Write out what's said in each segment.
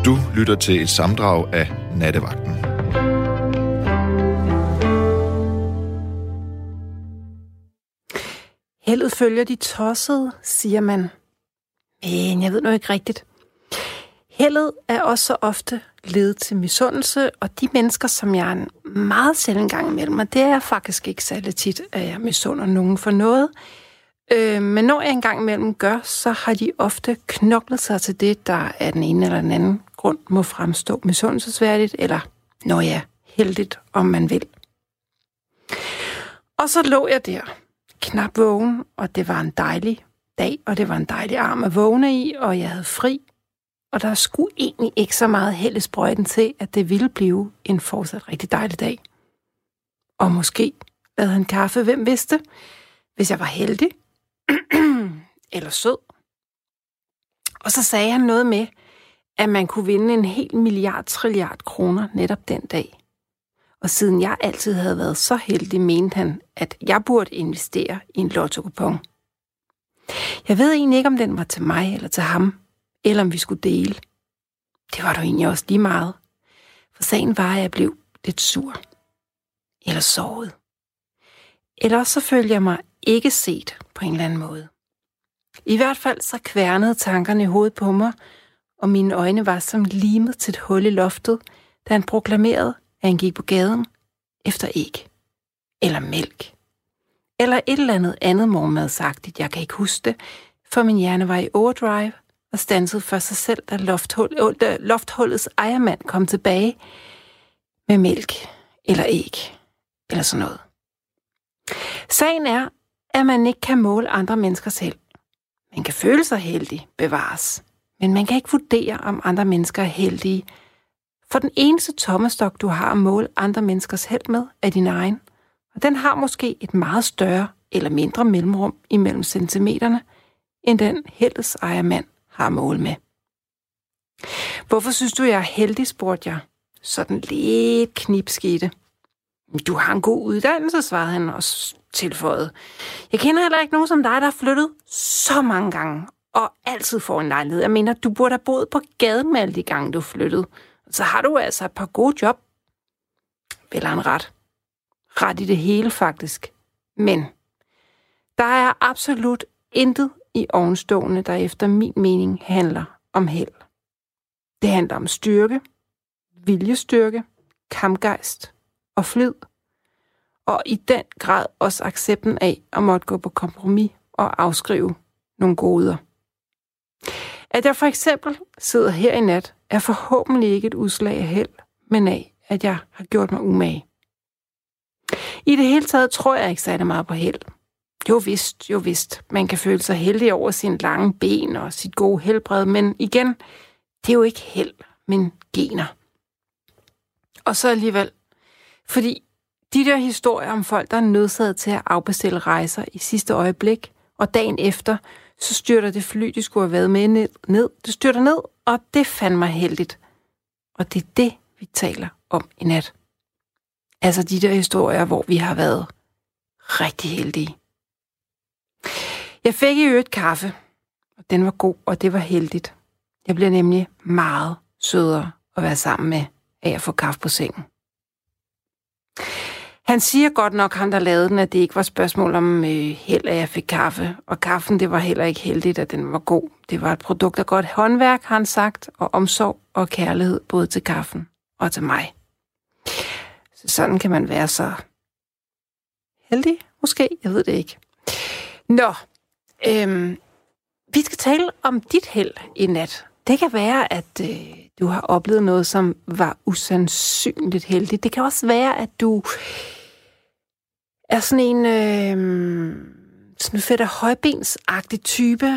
Du lytter til et sammendrag af Nattevagten. Heldet følger de tossede, siger man. Men jeg ved nu ikke rigtigt. Heldet er også så ofte ledet til misundelse, og de mennesker, som jeg er meget sjældent gang imellem, og det er faktisk ikke særlig tit, at jeg misunder nogen for noget. Men når jeg engang imellem gør, så har de ofte knoklet sig til det, der af den ene eller den anden grund må fremstå misundelsesværdigt, eller når jeg er heldigt, om man vil. Og så lå jeg der, knap vågen, og det var en dejlig dag, og det var en dejlig arm at vågne i, og jeg havde fri. Og der skulle egentlig ikke så meget held i sprøjten til, at det ville blive en fortsat rigtig dejlig dag. Og måske lavede han kaffe, hvem vidste, hvis jeg var heldig, eller sød. Og så sagde han noget med, at man kunne vinde en hel trilliard kroner netop den dag. Og siden jeg altid havde været så heldig, mente han, at jeg burde investere i en lotto-kupon. Jeg ved egentlig ikke, om den var til mig eller til ham, eller om vi skulle dele. Det var da egentlig også lige meget. For sagen var, at jeg blev lidt sur. Eller såret. Eller også så følte jeg mig ikke set på en eller anden måde. I hvert fald så kværnede tankerne i hovedet på mig, og mine øjne var som limet til et hul i loftet, da han proklamerede, at han gik på gaden efter æg. Eller mælk. Eller et eller andet morgenmadsagtigt, jeg kan ikke huske det, for min hjerne var i overdrive og standsede for sig selv, da lofthullets ejermand kom tilbage med mælk eller æg eller sådan noget. Sagen er, at man ikke kan måle andre menneskers held. Man kan føle sig heldig, bevares, men man kan ikke vurdere, om andre mennesker er heldige. For den eneste tommestok, du har at måle andre menneskers held med, er din egen. Og den har måske et meget større eller mindre mellemrum imellem centimeterne, end den heldets ejermand har at måle med. Hvorfor synes du, jeg er heldig, spurgte jeg. Sådan lidt knipskete. Du har en god uddannelse, svarede han og tilføjede. Jeg kender heller ikke nogen som dig, der har flyttet så mange gange og altid får en lejlighed. Jeg mener, du burde have boet på gaden med alle de gange, du flyttede. Så har du altså et par gode job. Vel er en ret. Ret i det hele, faktisk. Men der er absolut intet i ovenstående, der efter min mening handler om held. Det handler om styrke, viljestyrke, kampgejst og flid. Og i den grad også accepten af at måtte gå på kompromis og afskrive nogle goder. At jeg for eksempel sidder her i nat, er forhåbentlig ikke et udslag af held, men af, at jeg har gjort mig umage. I det hele taget tror jeg ikke særlig meget på held. Jo vist, man kan føle sig heldig over sine lange ben og sit gode helbred, men igen, det er jo ikke held, men gener. Og så alligevel, fordi de der historier om folk, der er nødsaget til at afbestille rejser i sidste øjeblik, og dagen efter, så styrter det fly, de skulle have været med ned. Det styrter ned, og det fandt mig heldigt. Og det er det, vi taler om i nat. Altså de der historier, hvor vi har været rigtig heldige. Jeg fik i øvrigt kaffe, og den var god, og det var heldigt. Jeg blev nemlig meget sødere at være sammen med, af at få kaffe på sengen. Han siger godt nok, ham der lavede den, at det ikke var spørgsmål om held, at jeg fik kaffe. Og kaffen, det var heller ikke heldigt, at den var god. Det var et produkt af godt håndværk, har han sagt, og omsorg og kærlighed, både til kaffen og til mig. Så sådan kan man være så heldig, måske. Jeg ved det ikke. Nå, vi skal tale om dit held i nat. Det kan være, at du har oplevet noget, som var usandsynligt heldigt. Det kan også være, at du er sådan en Fætter Højbens-agtig type.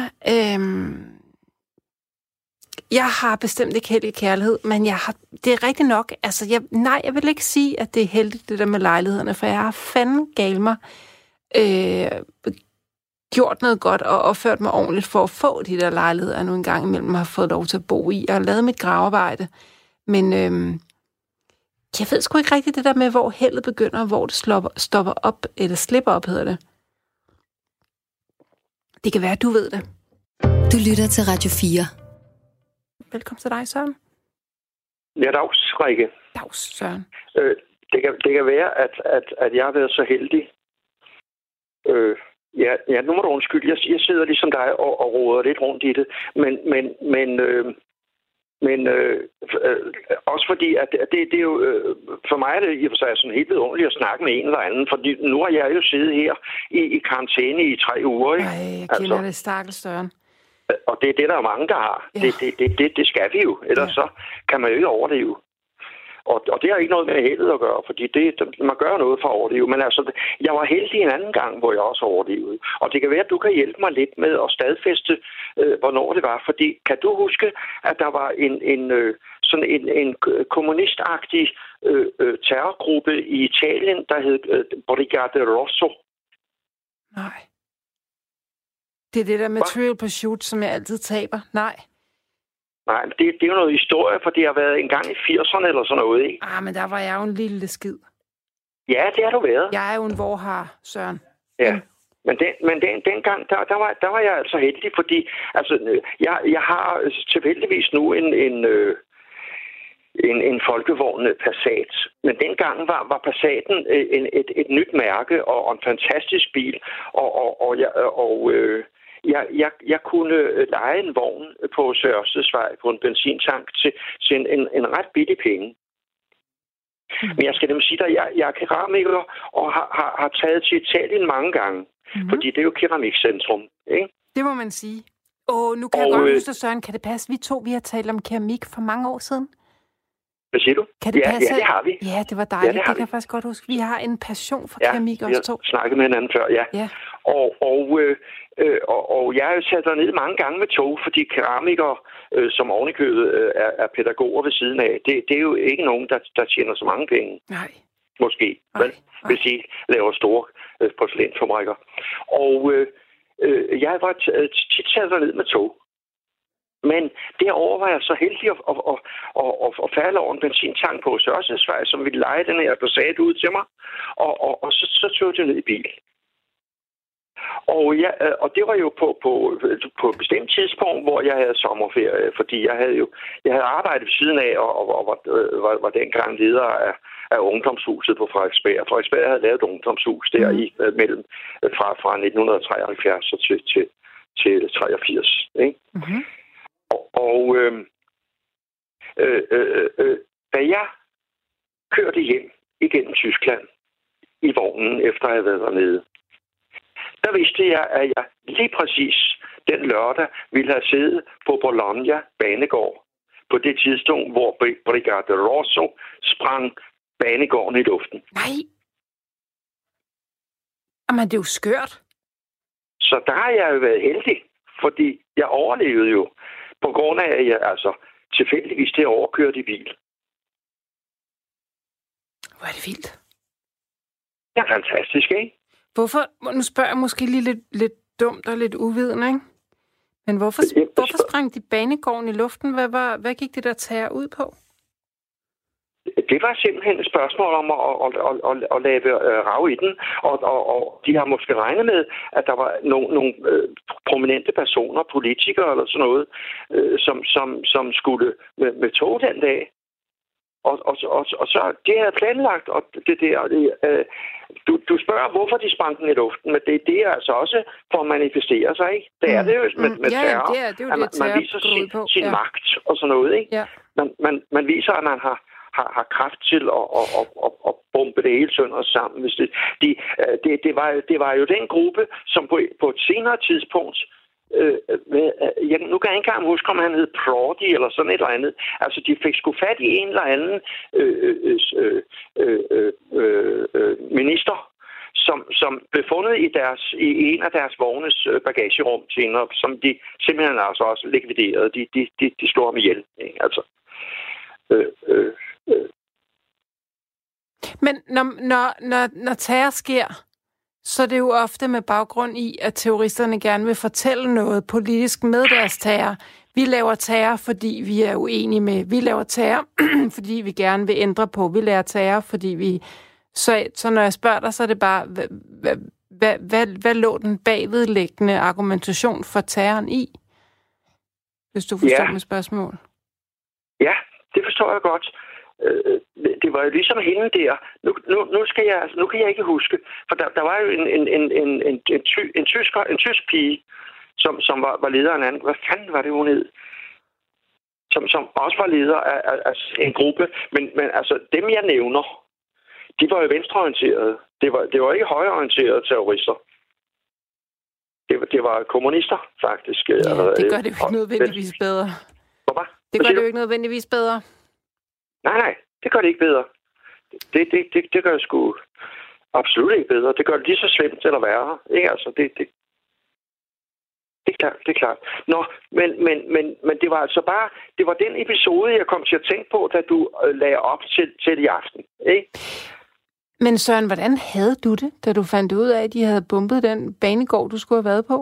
Jeg har bestemt ikke heldig kærlighed, men det er rigtigt nok. Altså, jeg vil ikke sige, at det er heldigt, det der med lejlighederne, for jeg har fandme gal mig gjort noget godt og opført mig ordentligt for at få de der lejligheder, jeg nu engang imellem har fået lov til at bo i. Jeg har lavet mit gravearbejde, men jeg ved sgu ikke rigtigt det der med, hvor heldet begynder, og hvor det stopper op, eller slipper op, hedder det. Det kan være, at du ved det. Du lytter til Radio 4. Velkommen til dig, Søren. Ja, dags, Rikke. Dags, Søren. Det kan være, at jeg har været så heldig. Ja, nu må du undskylde. Jeg sidder ligesom dig og roder lidt rundt i det. Men også fordi, at det er jo... for mig er det i og for sig sådan helt vidunderligt at snakke med en eller anden. Fordi nu har jeg jo siddet her i karantæne i 3 uger. Ikke? Ej, jeg kender det, stakkels Søren. Og det er det, der er mange, der har. Ja. Det skal vi jo. Ellers så kan man jo ikke overleve. Og det har ikke noget med heldet at gøre, fordi man gør noget for at overleve. Men altså, jeg var heldig en anden gang, hvor jeg også overlevede. Og det kan være, at du kan hjælpe mig lidt med at stadfæste, hvornår det var. Fordi kan du huske, at der var en kommunistagtig terrorgruppe i Italien, der hed Brigade Rosso? Nej. Det er det der med Trivial Pursuit, som jeg altid taber. Nej. Nej, det er jo noget historie, for det har været en gang i 80'erne eller sådan noget, ikke? Men der var jeg jo en lille skid. Ja, det har du været. Jeg er jo en vorhar, Søren. Ja, men dengang, der var jeg altså heldig, fordi altså, jeg har tilfældigvis nu en folkevogn Passat. Men dengang var Passaten et nyt mærke og en fantastisk bil, Jeg kunne leje en vogn på Sørstedvej på en benzintank til en ret billig penge. Men jeg skal nemlig sige dig, jeg er keramiker og har taget til Italien mange gange. Fordi det er jo keramikcentrum, ikke? Det må man sige. Nu kan jeg godt huske, Søren, kan det passe? Vi har talt om keramik for mange år siden. Hvad siger du? Kan det passe? Ja, det har vi. Ja, det var dejligt. Det kan jeg faktisk godt huske. Vi har en passion for keramik også to. Vi har snakket med hinanden før, ja. Og jeg har jo sat derned mange gange med tog, fordi keramikere, som ovenikøbet er pædagoger ved siden af, det er jo ikke nogen, der tjener så mange penge. Nej. Måske. Hvis I laver store porcelænsfabrikker. Og jeg har tit sat derned med tog. Men derovre var jeg så heldig at falde over en benzintank på Sørstedvej, som ville leje den her Passat ud til mig. Og så tog jeg ned i bil. Og det var jo på et bestemt tidspunkt, hvor jeg havde sommerferie, fordi jeg havde arbejdet ved siden af og var dengang leder af ungdomshuset på Frederiksberg. Frederiksberg havde lavet et ungdomshus der mellem fra 1973 til 83, ikke? Mm-hmm. Da jeg kørte hjem igennem Tyskland i vognen, efter at have været dernede, der vidste jeg, at jeg lige præcis den lørdag ville have siddet på Bologna banegård på det tidspunkt, hvor Brigade Rosso sprang banegården i luften. Nej. Jamen, det er jo skørt. Så der har jeg jo været heldig, fordi jeg overlevede jo på grund af, at jeg altså tilfældigvis det overkørte i bil. Hvor er det vildt. Det er fantastisk, ikke? Hvorfor, nu spørger jeg måske lige lidt dumt og lidt uvidende, ikke? Men hvorfor sprang de banegården i luften? Hvad gik det der terror ud på? Det var simpelthen et spørgsmål om at lave rav i den, og de har måske regnet med, at der var nogle prominente personer, politikere eller sådan noget, som skulle med tog den dag. Og så det havde planlagt, og du spørger, hvorfor de sprang den i luften, men det er altså også for at manifestere sig, ikke? Det er det jo med terror. Ja, det er jo det, man viser sin magt og sådan noget, ikke? Ja. Man viser, at man har kraft til at bombe det hele sønder sammen. Hvis det var jo den gruppe, som på et senere tidspunkt, nu kan jeg ikke engang huske, om han hed Prodi eller sådan et eller andet. Altså, de fik sgu fat i en eller anden minister, som blev fundet i en af deres vognes bagagerum senere, som de simpelthen altså også likviderede. De slog ham ihjel, ikke? Altså. Men når terror sker, så er det jo ofte med baggrund i, at terroristerne gerne vil fortælle noget politisk med deres terror. Vi laver terror, fordi vi er uenige med. Vi laver terror, fordi vi gerne vil ændre på. Vi laver terror, fordi vi... Så når jeg spørger dig, så er det bare, hvad lå den bagvedliggende argumentation for terroren i? Hvis du forstår mit spørgsmål. Ja, det forstår jeg godt. Det var jo ligesom hende der. Nu kan jeg ikke huske. For der var jo en tysk pige, som var leder af en anden. Hvad fanden var det, hun hed? Som også var leder af en gruppe. Men altså, dem jeg nævner, de var jo venstreorienterede. Det var ikke højreorienterede terrorister. Det var kommunister, faktisk. Ja, det gør det jo ikke nødvendigvis bedre. Hvorfor? Det gør det jo ikke nødvendigvis bedre. Nej, det gør det ikke bedre. Det gør det sgu absolut ikke bedre. Det gør det lige så slemt eller værre. Ikke? Altså, det er klart. Nå, men det var altså bare... Det var den episode, jeg kom til at tænke på, da du lagde op til i aften. Ikke? Men Søren, hvordan havde du det, da du fandt ud af, at de havde bombet den banegård, du skulle have været på?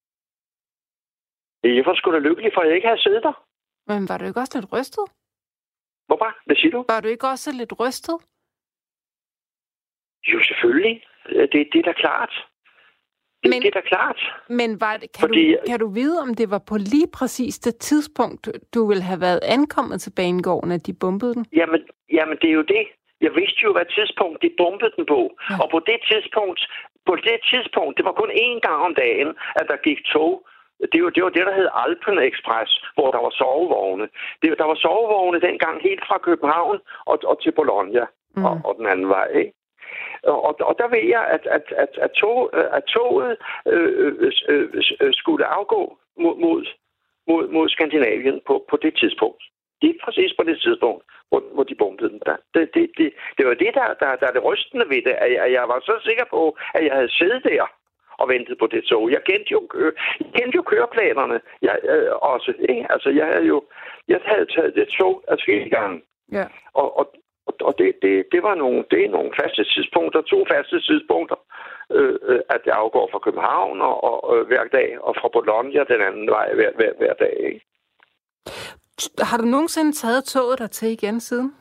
Jeg var sgu da lykkelig, for jeg ikke havde siddet der. Men var du ikke også lidt rystet? Hvorfor? Hvad siger du? Var du ikke også lidt rystet? Jo, selvfølgelig. Det er da klart. Det er da klart. Men kan du vide, om det var på lige præcis det tidspunkt, du ville have været ankommet til banegården, at de bombede den? Jamen det er jo det. Jeg vidste jo, hvad tidspunkt de bombede den på. Ja. Og på det tidspunkt, det var kun én gang om dagen, at der gik tog. Det var det, der hed Alpen Express, hvor der var sovevogne. Der var sovevogne dengang helt fra København og til Bologna og den anden vej, ikke? Og der ved jeg, at toget skulle afgå mod Skandinavien på det tidspunkt. Det er præcis på det tidspunkt, hvor de bombede den der. Det var det, der er det rystende ved det, at jeg var så sikker på, at jeg havde siddet der og ventet på det tog. Jeg kendte jo køreplanerne også. Ikke? Altså, jeg havde taget det tog adskillige gange. Ja. Og det var nogle faste tidspunkter, 2 faste tidspunkter, at det afgår fra København og hver dag, og fra Bologna den anden vej hver dag. Ikke? Har du nogensinde taget toget der til igen siden?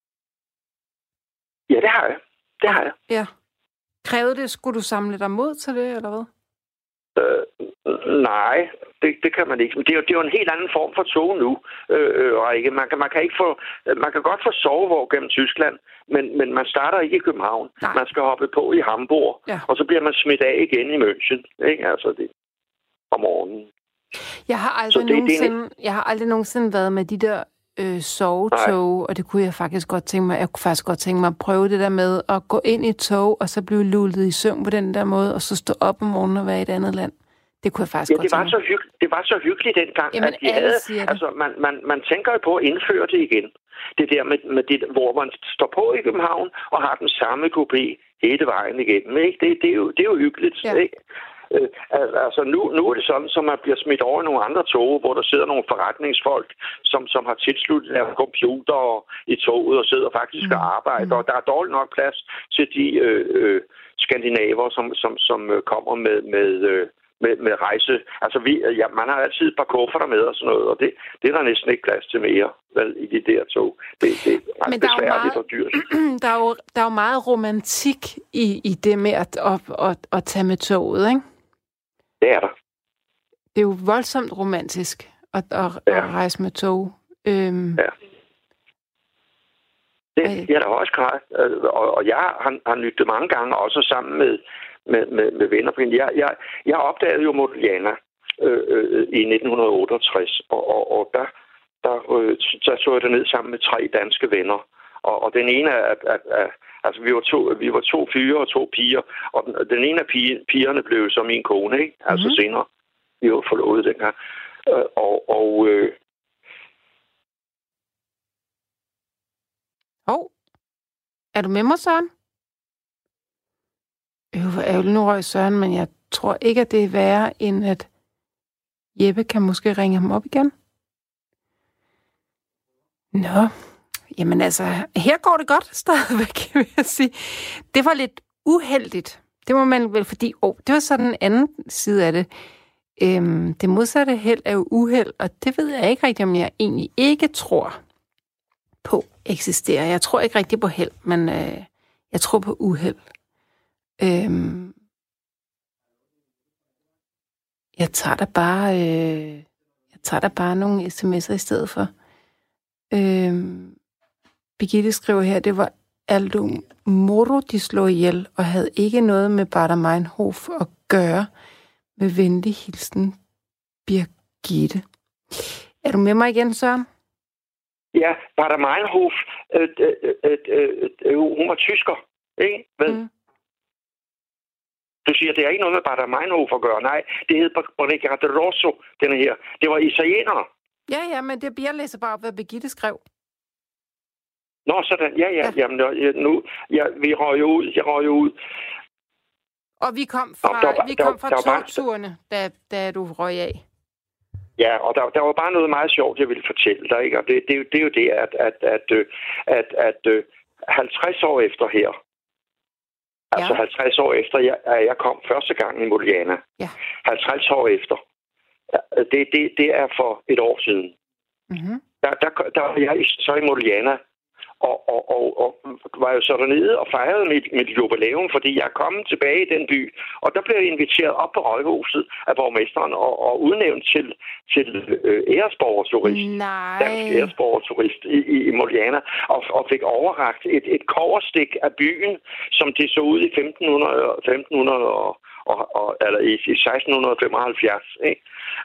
Ja, det har jeg. Ja. Krævede det, skulle du samle dig mod til det, eller hvad? Nej, det kan man ikke. Det er jo en helt anden form for tog nu, Rikke. Man kan godt få sovevogn gennem Tyskland, men man starter ikke i København. Nej. Man skal hoppe på i Hamburg, og så bliver man smidt af igen i München. Ikke? Altså det om morgenen. Jeg har aldrig nogensinde været med de der sovetog, og det kunne jeg faktisk godt tænke mig. Jeg kunne faktisk godt tænke mig at prøve det der med at gå ind i et tog, og så blive lullet i søvn på den der måde, og så stå op om morgenen og være i et andet land. Det kunne jeg faktisk godt tænke mig. Det var så hyggeligt dengang, at de havde... Altså, man tænker jo på at indføre det igen. Det der med det, hvor man står på i København, og har den samme kupé hele vejen igennem. Ikke? Det er jo hyggeligt, ikke? Altså nu er det sådan, som man bliver smidt over i nogle andre tog, hvor der sidder nogle forretningsfolk, som har tilsluttet deres computer i toget og sidder faktisk og arbejder. Og der er dårligt nok plads til de skandinaver, som kommer med rejse. Altså man har altid et par kufferter med og sådan noget, og det er der næsten ikke plads til mere vel, i de der tog. Det er ret besværligt og dyrt. Der er jo meget romantik i det med at tage med toget, ikke? Det er der. Det er jo voldsomt romantisk at rejse med tog. Ja. Det er der også grad. Og jeg har nyttet det mange gange, også sammen med venner. Jeg opdagede jo Modigliana i 1968, og der så jeg ned sammen med 3 danske venner. Og den ene altså vi var 2 fyre og 2 piger, og den ene af pigerne blev så min kone, ikke? Altså senere. Vi var forlovet dengang. Er du med mig, Søren? Hvor ærgerligt nu røg Søren, men jeg tror ikke, at det er værre, end at Jeppe kan måske ringe ham op igen. Nå, jamen altså, her går det godt stadigvæk, vil jeg sige. Det var lidt uheldigt. Det må man vel, fordi det var sådan en anden side af det. Det modsatte held er jo uheld, og det ved jeg ikke rigtig, om jeg egentlig ikke tror på eksisterer. Jeg tror ikke rigtig på held, men jeg tror på uheld. Jeg tager da bare nogle sms'er i stedet for. Birgitte skriver her, det var Aldo Moro, de slog ihjel, og havde ikke noget med Baader Meinhof at gøre. Med venlig hilsen, Birgitte. Er du med mig igen, Søren? Ja, Baader Meinhof, hun var tysker, ikke? Mm. Du siger, det er ikke noget med Baader Meinhof at gøre. Nej, det hed Brigade Rosso, denne her. Det var italienere. Ja, men jeg læser bare op, hvad Birgitte skrev. Nå, sådan. Ja. Jamen, nu, vi røg jo ud. Jeg røg jo ud. Og vi kom fra togturene, da du røg af. Ja, og der var bare noget meget sjovt, jeg ville fortælle dig, ikke? Og det er jo det, at 50 år efter her, altså 50 år efter, jeg kom første gang i Moliana. Ja. 50 år efter. Det er for et år siden. Mm-hmm. Der var jeg så i Moliana, og var jo så dernede og fejrede mit jubilæum, fordi jeg er kommet tilbage i den by. Og der blev jeg inviteret op på Rådhuset af borgmesteren og udnævnt til æresborgerturist. Dansk æresborgerturist i Moliana. Og fik overrakt et kobberstik af byen, som det så ud i 1500 eller i 1675. Ikke?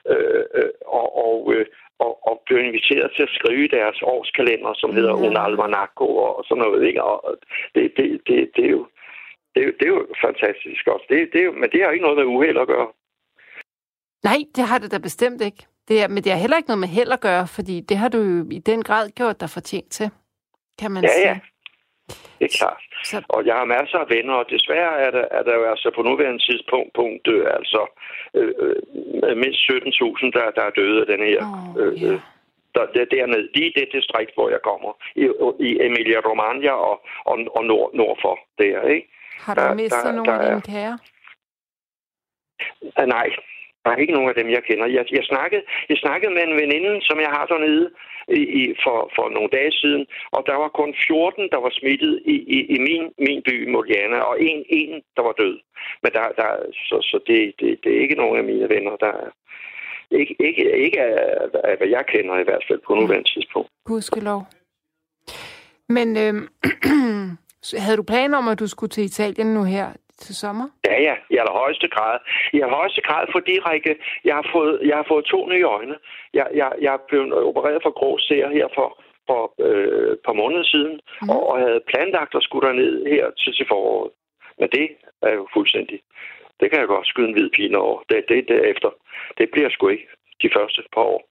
Og blev inviteret til at skrive deres årskalender, som hedder Un Almanacco og sådan noget, ikke? Og det er jo fantastisk også. Men det har ikke noget med uheld at gøre. Nej, det har det da bestemt ikke. Men det har heller ikke noget med held at gøre, fordi det har du jo i den grad gjort dig fortjent til, kan man sige. Ja. Det er klart. Og jeg har masser af venner, og desværre er der jo altså på nuværende tidspunkt mindst 17.000, der er døde af den her. Dernede, lige det distrikt, hvor jeg kommer. I Emilia-Romagna og nord for der, ikke? Har du mistet nogle af dine kære? Nej. Der er ikke nogen af dem, jeg kender. Jeg snakkede med en veninde, som jeg har dernede for nogle dage siden, og der var kun 14, der var smittet i min by, Moliana, og en der var død. Men så det er ikke nogen af mine venner, der er ikke af hvad jeg kender i hvert fald på nuværende tidspunkt. Gudskelov. Men havde du planer om, at du skulle til Italien nu her til sommer? Ja, i allerhøjeste grad. I allerhøjeste grad, fordi jeg har fået 2 nye øjne. Jeg er blevet opereret for grå ser her for et par måneder siden, og havde planlagt at skulle derned her til foråret. Men det er jo fuldstændig. Det kan jeg godt skyde en hvid pine over. Det derefter. Det bliver sgu ikke de første par år.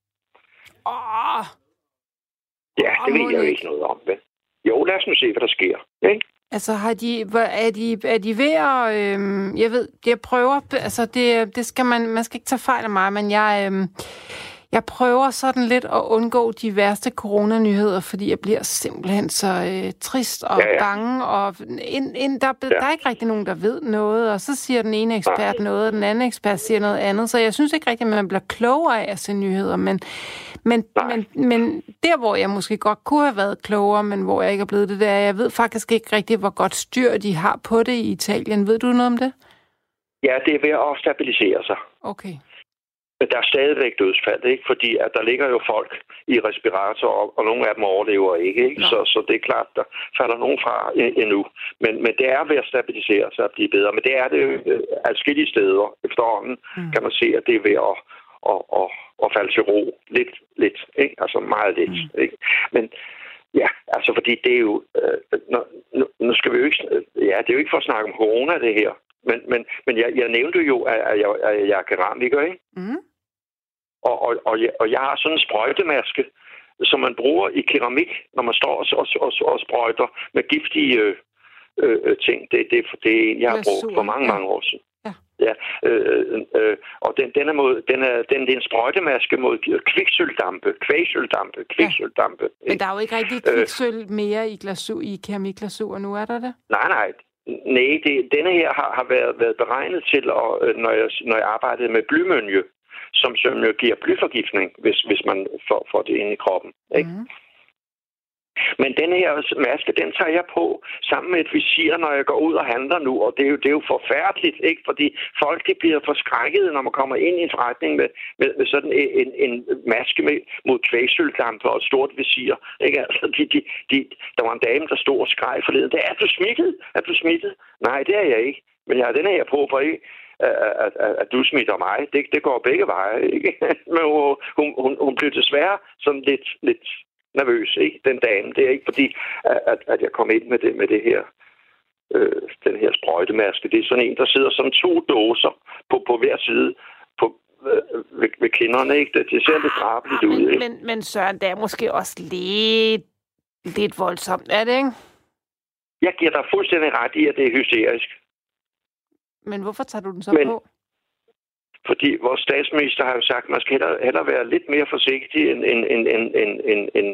Ja, det ved jeg jo ikke noget om, vel? Jo, lad os nu se, hvad der sker. Ikke? Altså, er de ved at... jeg ved, jeg prøver... Altså, det skal man skal ikke tage fejl af mig, men jeg prøver sådan lidt at undgå de værste coronanyheder, fordi jeg bliver simpelthen så trist og bange, og der er ikke rigtig nogen, der ved noget, og så siger den ene ekspert noget, og den anden ekspert siger noget andet, så jeg synes ikke rigtig, at man bliver klogere af at se nyheder, men der, hvor jeg måske godt kunne have været klogere, men hvor jeg ikke er blevet det der, jeg ved faktisk ikke rigtig, hvor godt styr de har på det i Italien. Ved du noget om det? Ja, det er ved at stabilisere sig. Okay. Men der er stadigvæk dødsfald, ikke? Fordi at der ligger jo folk i respirator, og nogle af dem overlever ikke? Så det er klart, der falder nogen fra endnu. Men det er ved at stabilisere sig og blive bedre. Men det er det adskillige steder efterhånden, kan man se, at det er ved at falde til ro. Lidt, ikke? Altså meget lidt, ikke? Men ja, altså fordi det er jo... nu skal vi jo ikke... Ja, det er jo ikke for at snakke om corona, det her. Men jeg nævnte jo, at jeg er keramiker, ikke? Mm. Og jeg har sådan en sprøjtemaske, som man bruger i keramik, når man står og sprøjter med giftige ting. Det er en, jeg har brugt for mange år siden. Ja. Og det er en sprøjtemaske mod kviksølvdampe. Men der er jo ikke rigtig kviksøl mere i keramikglasur nu, er der det? Nej. Nej, denne her har været beregnet til, når jeg arbejdede med blymønje, som jo giver blyforgiftning, hvis man får det ind i kroppen. Ikke? Mm. Men den her maske, den tager jeg på sammen med et visir, når jeg går ud og handler nu. Og det er jo forfærdeligt, ikke? Fordi folk de bliver forskrækket, når man kommer ind i en forretning med sådan en maske mod kvægsølvdamper og et stort visir. Ikke? Altså, der var en dame, der stod og skreg forleden. Er du smittet? Er du smittet? Nej, det er jeg ikke. Men jeg har den her på for ikke, at du smitter mig. Det går begge veje, ikke? Men hun blev desværre sådan lidt nervøs, ikke? Den dame. Det er ikke fordi, at jeg kom ind med det her, den her sprøjtemaske. Det er sådan en, der sidder som 2 dåser på hver side ved kinderne, ikke? Det ser lidt drabeligt ud, ikke? Men Søren, det er måske også lidt voldsomt, er det, ikke? Jeg giver dig fuldstændig ret i, at det er hysterisk. Men hvorfor tager du den så på? Fordi vores statsminister har jo sagt, at man skal hellere være lidt mere forsigtig end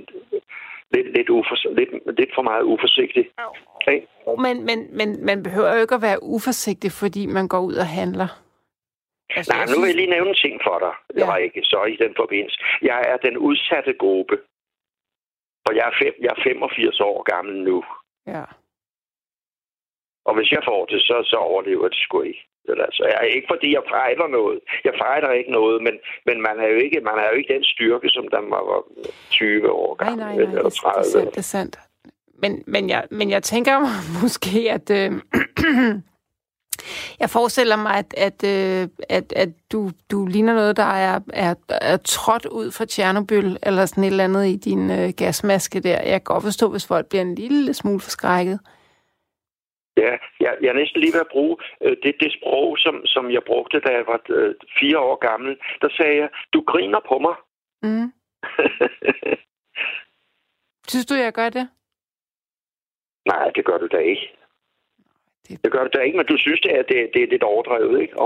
lidt for meget uforsigtig. Okay? Men man behøver jo ikke at være uforsigtig, fordi man går ud og handler. Altså, nu vil jeg lige nævne en ting for dig. Ja. Jeg var ikke så i den forbindelse. Jeg er den udsatte gruppe. Og jeg er 85 år gammel nu. Ja. Og hvis jeg får det, så overlever det sgu ikke. Altså, ikke fordi jeg fejler noget. Jeg fejler ikke noget, men man har jo ikke den styrke, som da man var 20 år gammel. Nej, eller 30. Det er sandt. Men jeg tænker måske, at jeg forestiller mig, at du ligner noget, der er trådt ud fra Tjernobyl, eller sådan et eller andet i din gasmaske der. Jeg kan godt forstå, hvis folk bliver en lille smule forskrækket. Ja, jeg er næsten lige ved at bruge det sprog, som jeg brugte, da jeg var 4 år gammel. Der sagde jeg, du griner på mig. Mm. Synes du, jeg gør det? Nej, det gør du da ikke. Det gør du da ikke, men du synes, det er lidt overdrevet, ikke?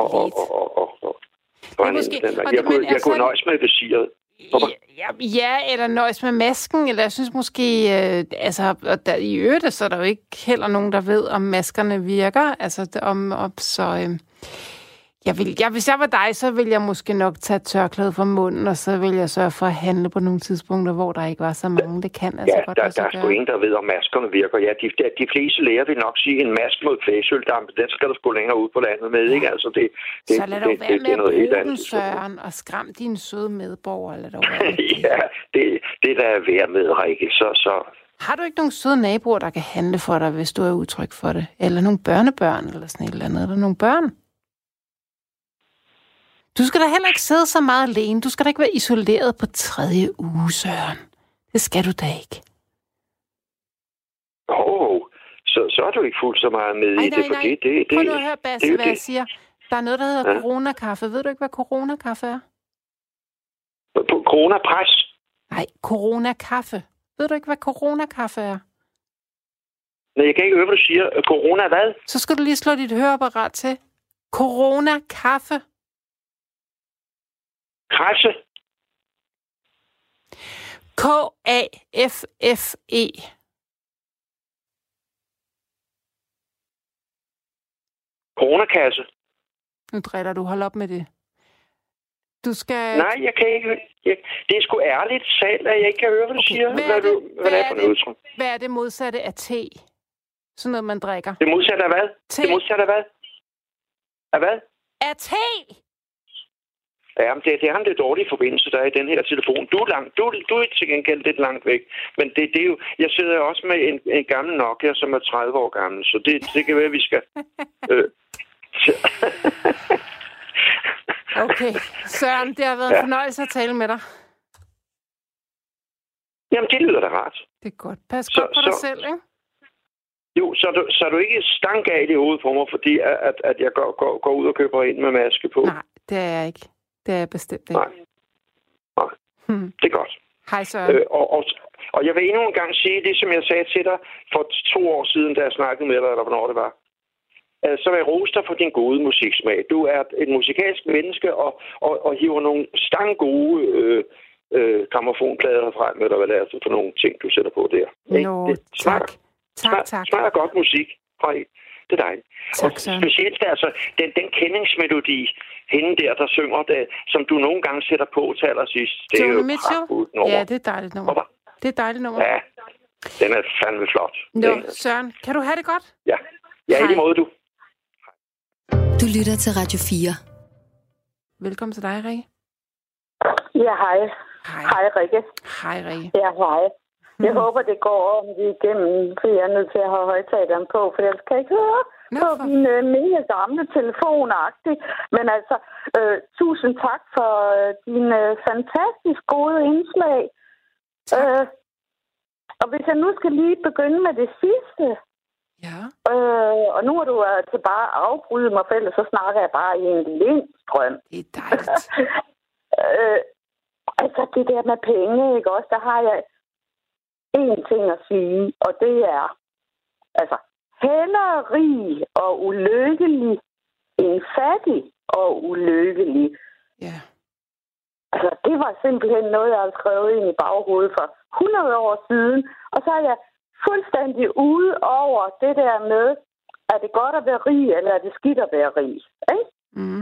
Jeg kunne nøjes med visiret. Ja, eller nøjes med masken, eller jeg synes måske, i øvrigt, så er der jo ikke heller nogen, der ved, om maskerne virker. Hvis jeg var dig, så ville jeg måske nok tage tørklædet fra munden, og så ville jeg sørge for at handle på nogle tidspunkter, hvor der ikke var så mange. Det kan altså godt der er sgu ingen, der ved, om maskerne virker. Ja, de fleste læger vil nok sige, en maske mod kvægsølvdamp, den skal der sgu længere ud på landet med, ikke? Altså, så lad dog være med at bruge den, Søren, og skram dine søde medborgere. Lad dog være med det. Ja, det der er værd med, Rikke. Så har du ikke nogen søde naboer, der kan handle for dig, hvis du er udtryk for det? Eller nogle børnebørn, eller sådan et eller andet? Eller nogle børn? Du skal da heller ikke sidde så meget alene. Du skal da ikke være isoleret på 3. uge, Søren. Det skal du da ikke. Så er du ikke fuldt så meget med i det. Nej. Prøv nu at høre, Basse, hvad jeg siger. Der er noget, der hedder coronakaffe. Ved du ikke, hvad coronakaffe er? Coronapres? Nej, coronakaffe. Ved du ikke, hvad coronakaffe er? Nej, jeg kan ikke høre, hvad du siger. Corona hvad? Så skal du lige slå dit høreapparat til. Coronakaffe. Kaffe? K-A-F-F-E. Coronakasse? Nu driller du. Hold op med det. Du skal... Nej, jeg kan ikke... Det er sgu ærligt selv, at jeg ikke kan høre, hvad du siger. Hvad er det modsatte af te? Sådan noget, man drikker. Det modsatte af hvad? Te. Det modsatte af hvad? Af hvad? Af te! Ja, men det er det dårlige forbindelse, der er i den her telefon. Du er til gengæld lidt langt væk. Men det er jo... Jeg sidder jo også med en gammel Nokia, som er 30 år gammel. Så det kan være, at vi skal... Okay. Søren, det har været en fornøjelse at tale med dig. Jamen, det lyder da rart. Det er godt. Pas godt på dig selv, ikke? Jo, så er du ikke stankalt i hovedet på mig, fordi at jeg går ud og køber ind med maske på. Nej, det er jeg ikke. Det er jeg bestemt ikke. Nej. Det er godt. Hej, Søren. Og jeg vil endnu en gang sige det, som jeg sagde til dig for 2 år siden, da jeg snakkede med dig, eller hvornår det var. Så vil jeg rose dig for din gode musiksmag. Du er et musikalsk menneske, og hiver nogle gode grammofonplader frem, eller hvad det er for nogle ting, du sætter på der. Tak. Smager godt musik. Hej. Det er dejligt. Tak, og specielt altså, den kendingsmelodi, hende der synger det, som du nogle gange sætter på til allersidst. Det er jo Mitchell? Ja, det er et dejligt nummer. Det er et dejligt nummer. Ja, Den er fandme flot. Nå, Søren, kan du have det godt? Ja, i lige måde, du. Du lytter til Radio 4. Velkommen til dig, Rikke. Ja, hej. Hej, Rikke. Hej, Rikke. Ja, hej. Jeg håber, det går ordentligt igennem, for jeg er nødt til at have højtaleren på, for ellers kan jeg ikke høre på min mega gamle telefonagtigt. Men altså, tusind tak for din fantastisk gode indslag. Og hvis jeg nu skal lige begynde med det sidste, ja. Og nu er du altså bare afbryde mig, for ellers så snakker jeg bare i en lindstrøm. Det er dejligt. Altså, det der med penge, ikke også, der har jeg én ting at sige, og det er, altså, hellere rig og ulykkelig end fattig og ulykkelig. Ja. Altså, det var simpelthen noget, jeg havde skrevet ind i baghovedet for 100 år siden, og så er jeg fuldstændig ude over det der med, er det godt at være rig, eller er det skidt at være rig? Ikke? Mm.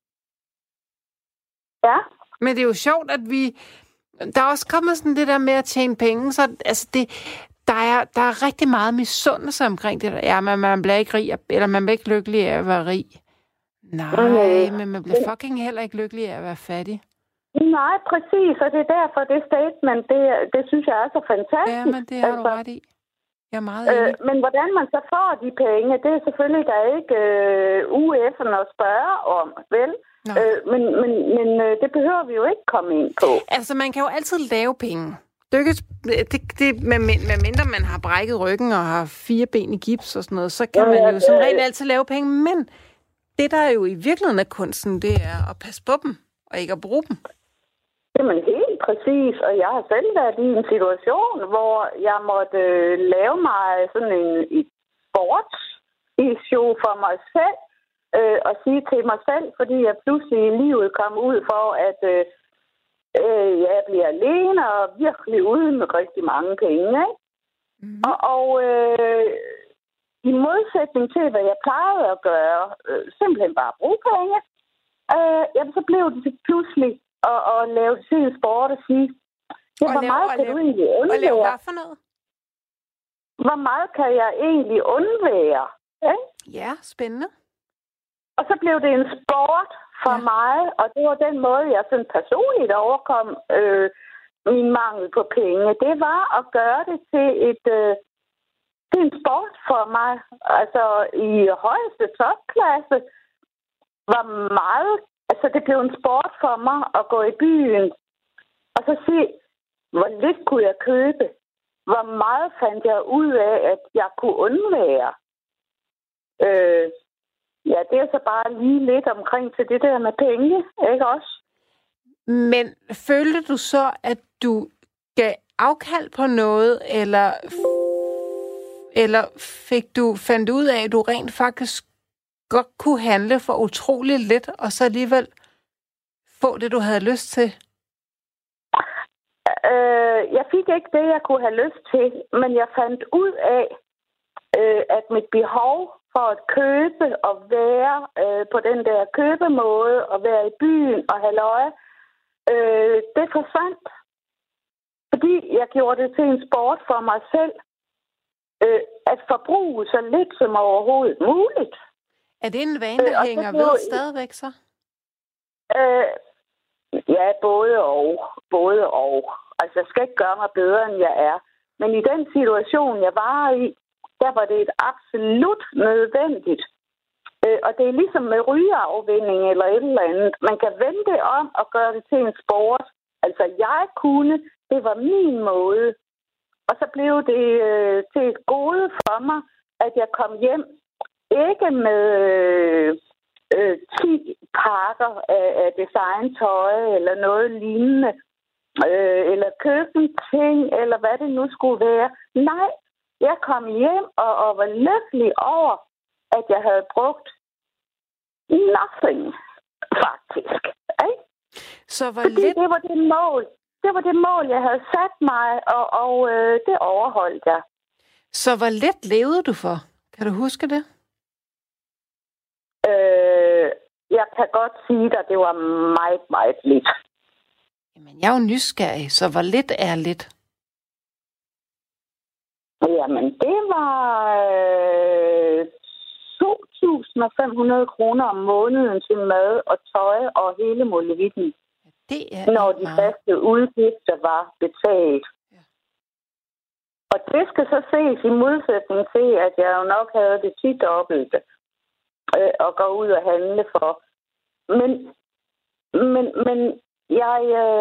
Ja. Men det er jo sjovt, at der er også kommet sådan det der med at tjene penge, så altså der er rigtig meget misundelse omkring det der. Ja, man bliver ikke rig, eller man bliver ikke lykkelig af at være rig. Nej, men man bliver fucking heller ikke lykkelig af at være fattig. Nej, præcis, og det er derfor, det statement, det synes jeg er så fantastisk. Ja, men det har du ret i. Jeg er meget enig. Men hvordan man så får de penge, det er selvfølgelig der ikke UF'en at spørge om, vel? Men det behøver vi jo ikke komme ind på. Altså, man kan jo altid lave penge. Med mindre man har brækket ryggen og har 4 ben i gips og sådan noget, så kan man jo som regel altid lave penge. Men det, der er jo i virkeligheden af kunsten, det er at passe på dem og ikke at bruge dem. Jamen helt præcis, og jeg har selv været i en situation, hvor jeg måtte lave mig sådan et sports-issue for mig selv, og sige til mig selv, fordi jeg pludselig i livet kom ud for, at jeg bliver alene og virkelig uden med rigtig mange penge. Ikke? Mm. Og i modsætning til, hvad jeg plejede at gøre, simpelthen bare bruge penge, så blev det pludselig at lave det til en sport og sige, hvor meget kan du egentlig undvære? Og lave hvad for noget? Hvor meget kan jeg egentlig undvære? Ikke? Ja, spændende. Og så blev det en sport for mig, og det var den måde, jeg sådan personligt overkom min mangel på penge. Det var at gøre det til en sport for mig. Altså i højeste topklasse var meget. Altså det blev en sport for mig at gå i byen og så se, hvor lidt kunne jeg købe. Hvor meget fandt jeg ud af, at jeg kunne undvære. Ja, det er så bare lige lidt omkring til det der med penge, ikke også? Men følte du så, at du gav afkald på noget, eller fandt du ud af, at du rent faktisk godt kunne handle for utrolig lidt, og så alligevel få det, du havde lyst til? Jeg fik ikke det, jeg kunne have lyst til, men jeg fandt ud af, at mit behov for at købe og være på den der købemåde og være i byen og halløje, det forsvandt. Fordi jeg gjorde det til en sport for mig selv, at forbruge så lidt som overhovedet muligt. Er det en vane, der hænger ved stadigvæk så? Ja, både og. Altså, jeg skal ikke gøre mig bedre, end jeg er. Men i den situation, jeg var i, der var det et absolut nødvendigt. Og det er ligesom med rygeafvinding eller et eller andet. Man kan vende det om og gøre det til en sport. Altså, jeg kunne. Det var min måde. Og så blev det til et gode for mig, at jeg kom hjem. Ikke med 10 pakker af designtøj eller noget lignende. Eller køkkenting, eller hvad det nu skulle være. Nej. Jeg kom hjem og var lykkelig over, at jeg havde brugt nothing, faktisk. Ikke? Så det var det mål. Det var det mål, jeg havde sat mig, og det overholdt jeg. Så hvor lidt levede du for? Kan du huske det? Jeg kan godt sige dig, det var meget, meget lidt. Jamen, jeg er jo nysgerrig, så hvor lidt er lidt? Jamen, det var 2.500 kroner om måneden til mad og tøj og hele molevitten. Når de faste udgifter var betalt. Ja. Og det skal så ses i modsætning til, at jeg jo nok havde det 10-dobbelte at gå ud og handle for. Men jeg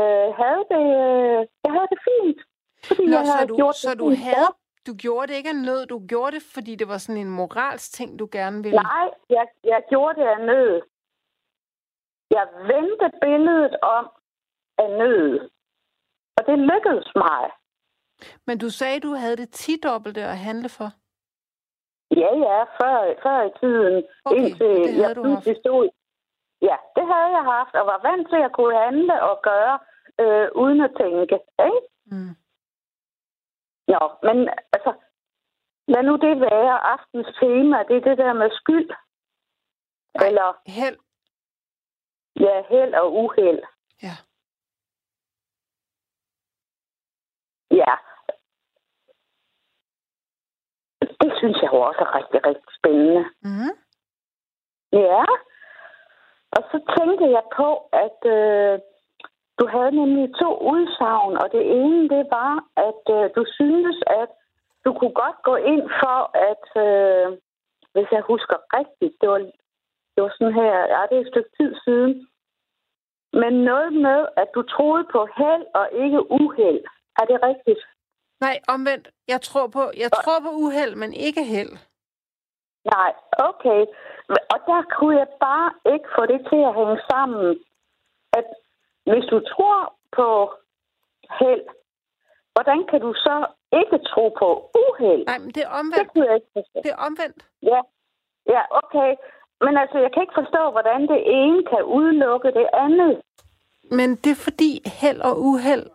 havde det fint. Fordi du gjorde det ikke af nød, du gjorde det, fordi det var sådan en moralsk ting, du gerne ville? Nej, jeg gjorde det af nød. Jeg vendte billedet om af nød. Og det lykkedes mig. Men du sagde, du havde det 10-dobbelte at handle for? Ja, før i tiden. Okay, indtil det havde du haft. Ja, det havde jeg haft, og var vant til at kunne handle og gøre, uden at tænke. Ikke? Mm. Nå, men altså, lad nu det være aftens tema. Det er det der med skyld. Ej, eller held. Ja, held og uheld. Ja. Ja. Det synes jeg også er rigtig, rigtig spændende. Mm. Ja. Og så tænkte jeg på, at du havde nemlig 2 udsagn, og det ene, det var, at du syntes, at du kunne godt gå ind for, at hvis jeg husker rigtigt, det var sådan her, det er et stykke tid siden, men noget med, at du troede på held og ikke uheld. Er det rigtigt? Nej, omvendt. Jeg tror på uheld, men ikke held. Nej, okay. Og der kunne jeg bare ikke få det til at hænge sammen. At hvis du tror på held, hvordan kan du så ikke tro på uheld? Nej, men det er omvendt. Det kunne jeg ikke forstå. Det er omvendt. Ja, okay. Men altså, jeg kan ikke forstå, hvordan det ene kan udelukke det andet. Men det er fordi held og uheld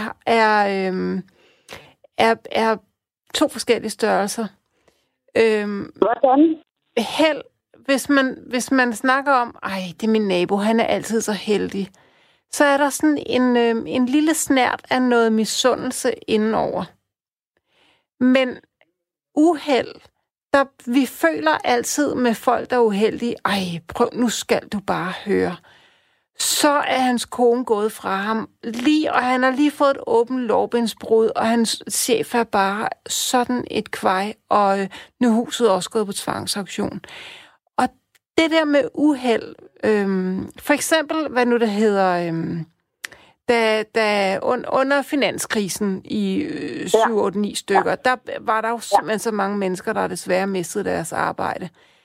er 2 forskellige størrelser. Hvordan? Held, hvis man snakker om, det er min nabo, han er altid så heldig, så er der sådan en lille snert af noget misundelse indenover. Men uheld, vi føler altid med folk, der er uheldige, prøv, nu skal du bare høre. Så er hans kone gået fra ham og han har lige fået et åbent lårbensbrud, og hans chef er bare sådan et kvej, og nu er huset også gået på tvangsauktion. Og det der med uheld, for eksempel, hvad nu det hedder, da under finanskrisen i 7-8-9 stykker, der var der jo simpelthen så mange mennesker, der desværre mistede deres arbejde.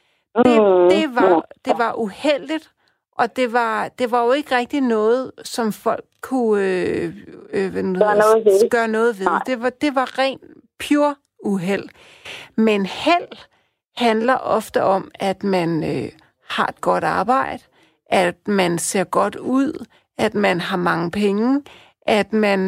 Det var uheldigt, og det var jo ikke rigtig noget, som folk kunne gøre noget ved. Det var rent pure uheld. Men held handler ofte om, at man har et godt arbejde, at man ser godt ud, at man har mange penge, at man...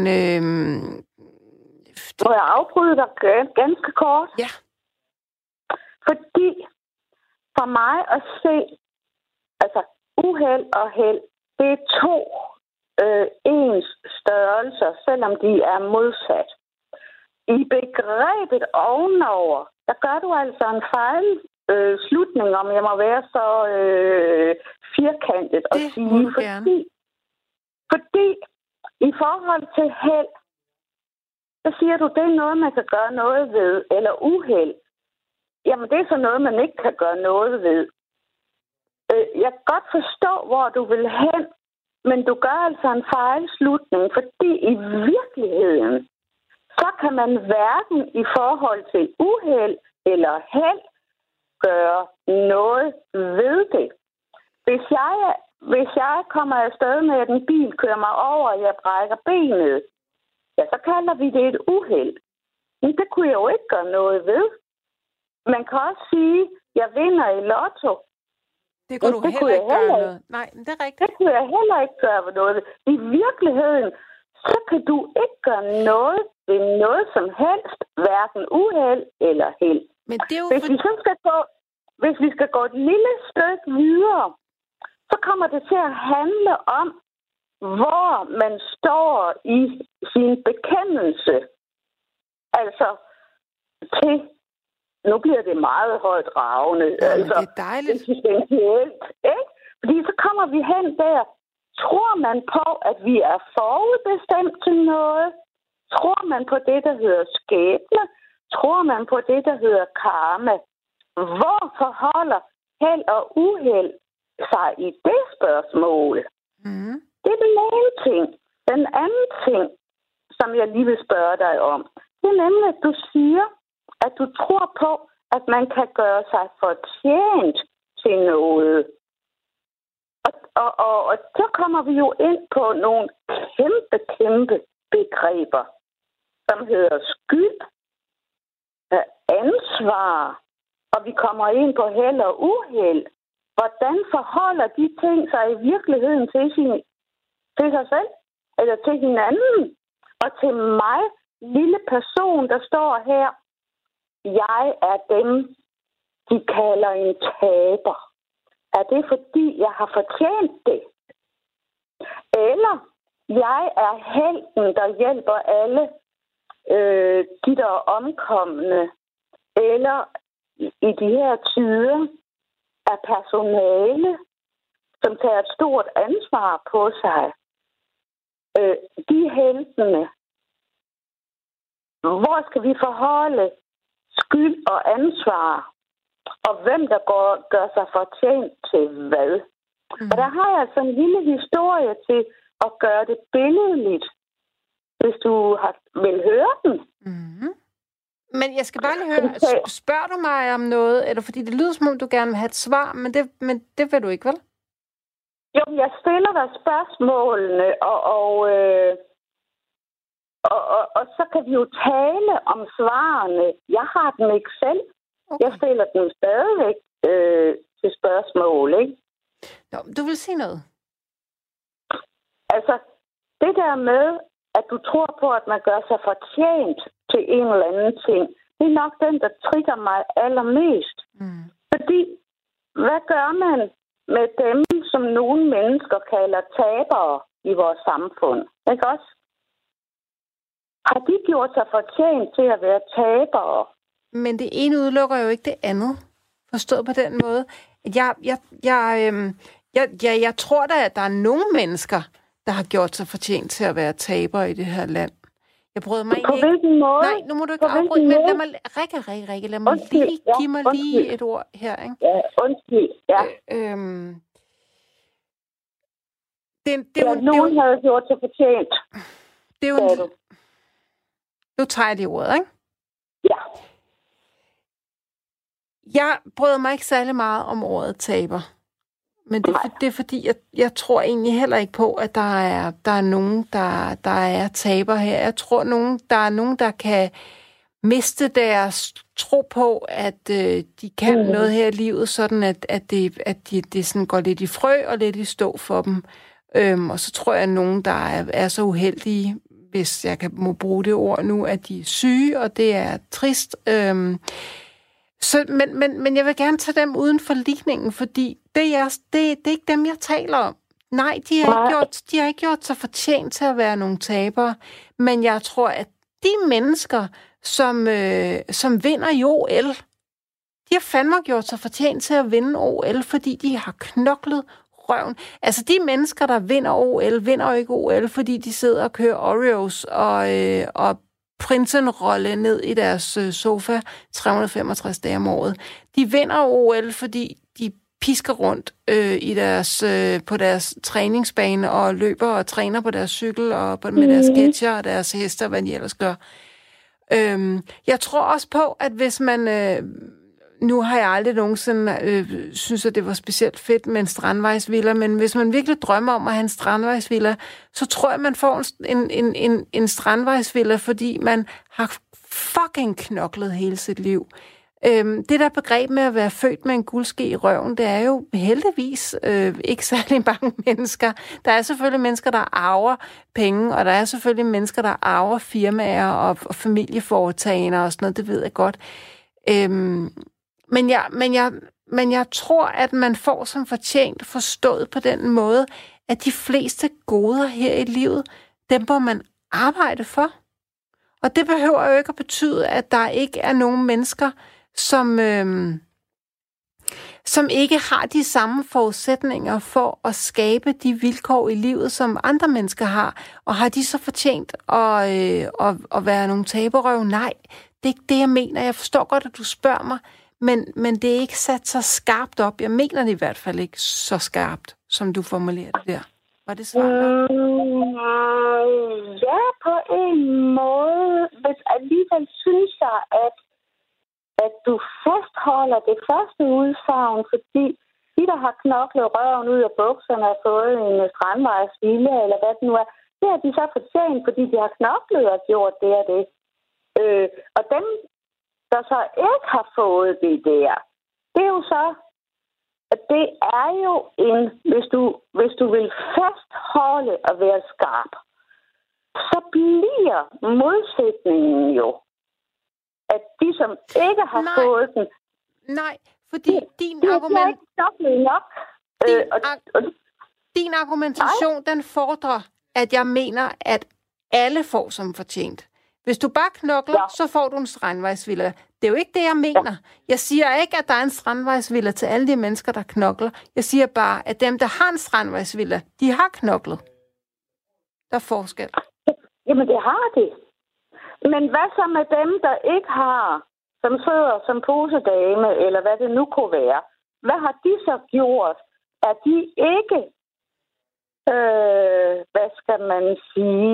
Må jeg afbryde dig ganske kort? Ja. Fordi for mig at se, altså uheld og held, det er 2 ens størrelser, selvom de er modsat. I begrebet ovenover, der gør du altså en slutning, om jeg må være så firkantet og sige, fordi i forhold til held, så siger du, det er noget, man kan gøre noget ved, eller uheld. Jamen, det er så noget, man ikke kan gøre noget ved. Jeg kan godt forstå, hvor du vil hen, men du gør altså en fejlslutning, fordi i virkeligheden, så kan man hverken i forhold til uheld eller held gøre noget ved det. Hvis jeg kommer afsted med, at en bil kører mig over, og jeg brækker benet, ja, så kalder vi det et uheld. Men det kunne jeg jo ikke gøre noget ved. Man kan også sige, at jeg vinder i lotto. Det kunne du heller ikke gøre noget. Nej, det er rigtigt. Det kunne jeg heller ikke gøre noget ved. I virkeligheden, så kan du ikke gøre noget ved noget som helst, hverken uheld eller held. Men det er jo hvis vi skal gå et lille stykke videre, så kommer det til at handle om, hvor man står i sin bekendelse. Altså, til, nu bliver det meget højt ravende, det er dejligt. Eksistentielt, ikke? Fordi så kommer vi hen der. Tror man på, at vi er forudbestemt til noget? Tror man på det, der hedder skæbne? Tror man på det, der hedder karma? Hvor forholder held og uheld sig i det spørgsmål? Mm. Det er den ene ting. Den anden ting, som jeg lige vil spørge dig om, det er nemlig, at du siger, at du tror på, at man kan gøre sig fortjent til noget. Og så kommer vi jo ind på nogle kæmpe begreber, som hedder skyld, ansvar, og vi kommer ind på held og uheld. Hvordan forholder de ting sig i virkeligheden til sig selv, eller til hinanden, og til mig, lille person, der står her? Jeg er dem, de kalder en taber. Er det, fordi jeg har fortjent det? Eller jeg er helten, der hjælper alle de, der er omkomne? Eller i de her tider er personale, som tager et stort ansvar på sig. De heltene. Hvor skal vi forholde skyld og ansvar? Og hvem der gør sig fortjent til hvad? Og der har jeg altså en lille historie til at gøre det billedligt, hvis du vil høre den. Mm-hmm. Men jeg skal bare lige høre, spørger du mig om noget, eller fordi det lyder som om, du gerne vil have et svar, men det vil du ikke, vel? Jo, jeg stiller dig spørgsmålene, og så kan vi jo tale om svarene. Jeg har dem ikke selv. Okay. Jeg stiller dem stadigvæk til spørgsmål, ikke? Nå, du vil sige noget? Altså, det der med, at du tror på, at man gør sig fortjent til en eller anden ting, det er nok den, der trigger mig allermest. Mm. Fordi, hvad gør man med dem, som nogle mennesker kalder tabere i vores samfund? Ikke også? Har de gjort sig fortjent til at være tabere? Men det ene udelukker jo ikke det andet. Forstået på den måde. Jeg tror da, at der er nogle mennesker, der har gjort sig fortjent til at være tabere i det her land. Jeg bryder mig på hvilken måde? Nej, nu må du ikke afbryde, men lad mig... Rikke, lad mig give mig lige et ord her, ikke? Ja, undskyld, ja. Nogen havde gjort sig fortjent. Det er jo nu tager jeg lige ordet, ikke? Ja. Jeg bryder mig ikke særlig meget om ordet taber. Men det er fordi, jeg tror egentlig heller ikke på, at der er nogen, der er taber her. Jeg tror, der er nogen, der kan miste deres tro på, at de kan noget her i livet, sådan at det sådan går lidt i frø og lidt i stå for dem. Og så tror jeg, at nogen, der er så uheldige, hvis jeg må bruge det ord nu, at de er syge, og det er trist. Men jeg vil gerne tage dem uden for ligningen, fordi det er ikke dem, jeg taler om. Nej, de har ikke gjort sig fortjent til at være nogle tabere, men jeg tror, at de mennesker, som vinder i OL, de har fandme gjort sig fortjent til at vinde OL, fordi de har knoklet røven. Altså, de mennesker, der vinder OL, vinder jo ikke OL, fordi de sidder og kører Oreos og prinsenrolle ned i deres sofa 365 dage om året. De vinder OL, fordi de pisker rundt på deres træningsbane og løber og træner på deres cykel og med deres sketcher og deres hester, hvad de ellers gør. Jeg tror også på, at hvis man... nu har jeg aldrig nogensinde synes, at det var specielt fedt med en strandvejsvilla, men hvis man virkelig drømmer om at have en strandvejsvilla, så tror jeg, man får en strandvejsvilla, fordi man har fucking knoklet hele sit liv. Det der begreb med at være født med en guldske i røven, det er jo heldigvis ikke særlig mange mennesker. Der er selvfølgelig mennesker, der arver penge, og der er selvfølgelig mennesker, der arver firmaer og familieforetagender og sådan noget, det ved jeg godt. Men jeg tror, at man får som fortjent forstået på den måde, at de fleste goder her i livet, dem må man arbejde for. Og det behøver jo ikke at betyde, at der ikke er nogen mennesker, som ikke har de samme forudsætninger for at skabe de vilkår i livet, som andre mennesker har. Og har de så fortjent at være nogle taberøv? Nej, det er ikke det, jeg mener. Jeg forstår godt, at du spørger mig, men det er ikke sat så skarpt op. Jeg mener det i hvert fald ikke så skarpt, som du formulerer det der. Var det svært nok? Ja, på en måde. Men alligevel synes jeg, at du fastholder det første udsagn, fordi de, der har knoklet røven ud af bukserne og fået en strandvejsville, eller hvad det nu er, det har de så fortjent, fordi de har knoklet og gjort det og det. Og dem, der så ikke har fået det der, det er jo så, at det er jo en, hvis du vil fastholde og være skarp, så bliver modsætningen jo, at de, som ikke har fået den... Nej, fordi din argument... Din argumentation, den fordrer, at jeg mener, at alle får som fortjent. Hvis du bare knokler, så får du en strandvejsvilla. Det er jo ikke det, jeg mener. Jeg siger ikke, at der er en strandvejsvilla til alle de mennesker, der knokler. Jeg siger bare, at dem, der har en strandvejsvilla, de har knoklet. Der er forskel. Jamen, det har de. Men hvad så med dem, der ikke har, som sidder som posedame, eller hvad det nu kunne være? Hvad har de så gjort? Er de ikke, hvad skal man sige,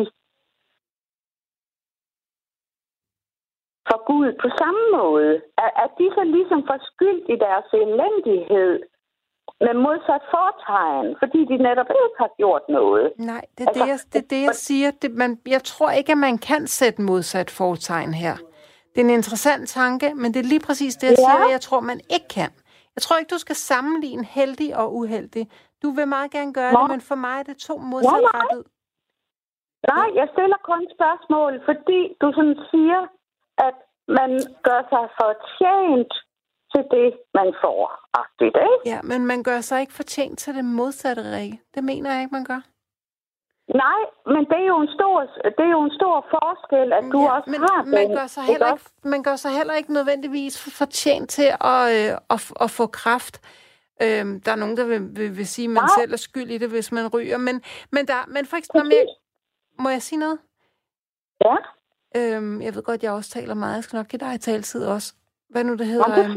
for Gud på samme måde? Er de så ligesom forskyldt i deres elendighed med modsat fortegn, fordi de netop ikke har gjort noget? Nej, det er det, jeg siger. Jeg tror ikke, at man kan sætte modsat fortegn her. Det er en interessant tanke, men det er lige præcis det, jeg siger, jeg tror, man ikke kan. Jeg tror ikke, du skal sammenligne heldig og uheldig. Du vil meget gerne gøre det, men for mig er det to modsatrettede. Nej, jeg stiller kun spørgsmål, fordi du sådan siger, at man gør sig fortjent til det, man får. Aktivt, ikke? Ja, men man gør sig ikke fortjent til det modsatte, Rikke. Det mener jeg ikke, man gør. Nej, men det er jo en stor forskel, at du også har den. Man gør sig heller ikke nødvendigvis fortjent til at få kræft. Der er nogen, der vil sige, at man selv er skyld i det, hvis man ryger. Men for eksempel, må jeg sige noget? Ja. Jeg ved godt, jeg også taler meget. Jeg skal nok give dig taletid også. Hvad nu det hedder?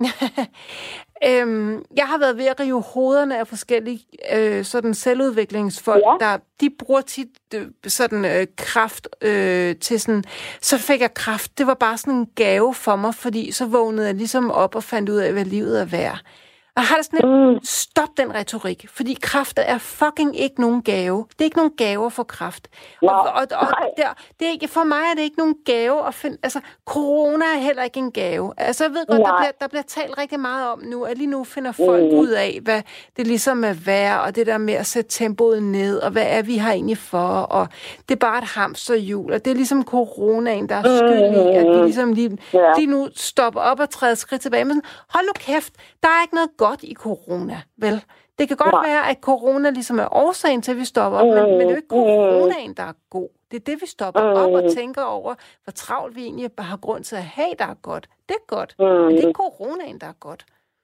Jeg har været ved at rive hovederne af forskellige sådan selvudviklingsfolk, de bruger tit sådan kraft til sådan, så fik jeg kraft. Det var bare sådan en gave for mig, fordi så vågnede jeg ligesom op og fandt ud af, hvad livet er værd. Og jeg har det sådan lidt, stop den retorik, fordi kraft er fucking ikke nogen gave. Det er ikke nogen gave at få kraft. Og det er ikke, for mig er det ikke nogen gave at finde, altså corona er heller ikke en gave. Altså jeg ved godt, der bliver talt rigtig meget om nu, at lige nu finder folk ud af, hvad det ligesom er værd, og det der med at sætte tempoet ned, og hvad er vi her egentlig for, og det er bare et hamsterhjul, og det er ligesom coronaen, der er skyld i, at vi ligesom lige nu stopper op og træder skridt tilbage. Men hold nu kæft, der er ikke noget godt i corona, vel? Det kan godt være, at corona ligesom er årsagen til, at vi stopper op, men det er jo ikke coronaen, der er god. Det er det, vi stopper op og tænker over, hvor travlt vi egentlig har grund til at have, der er godt. Det er godt, men det er ikke coronaen, der er godt.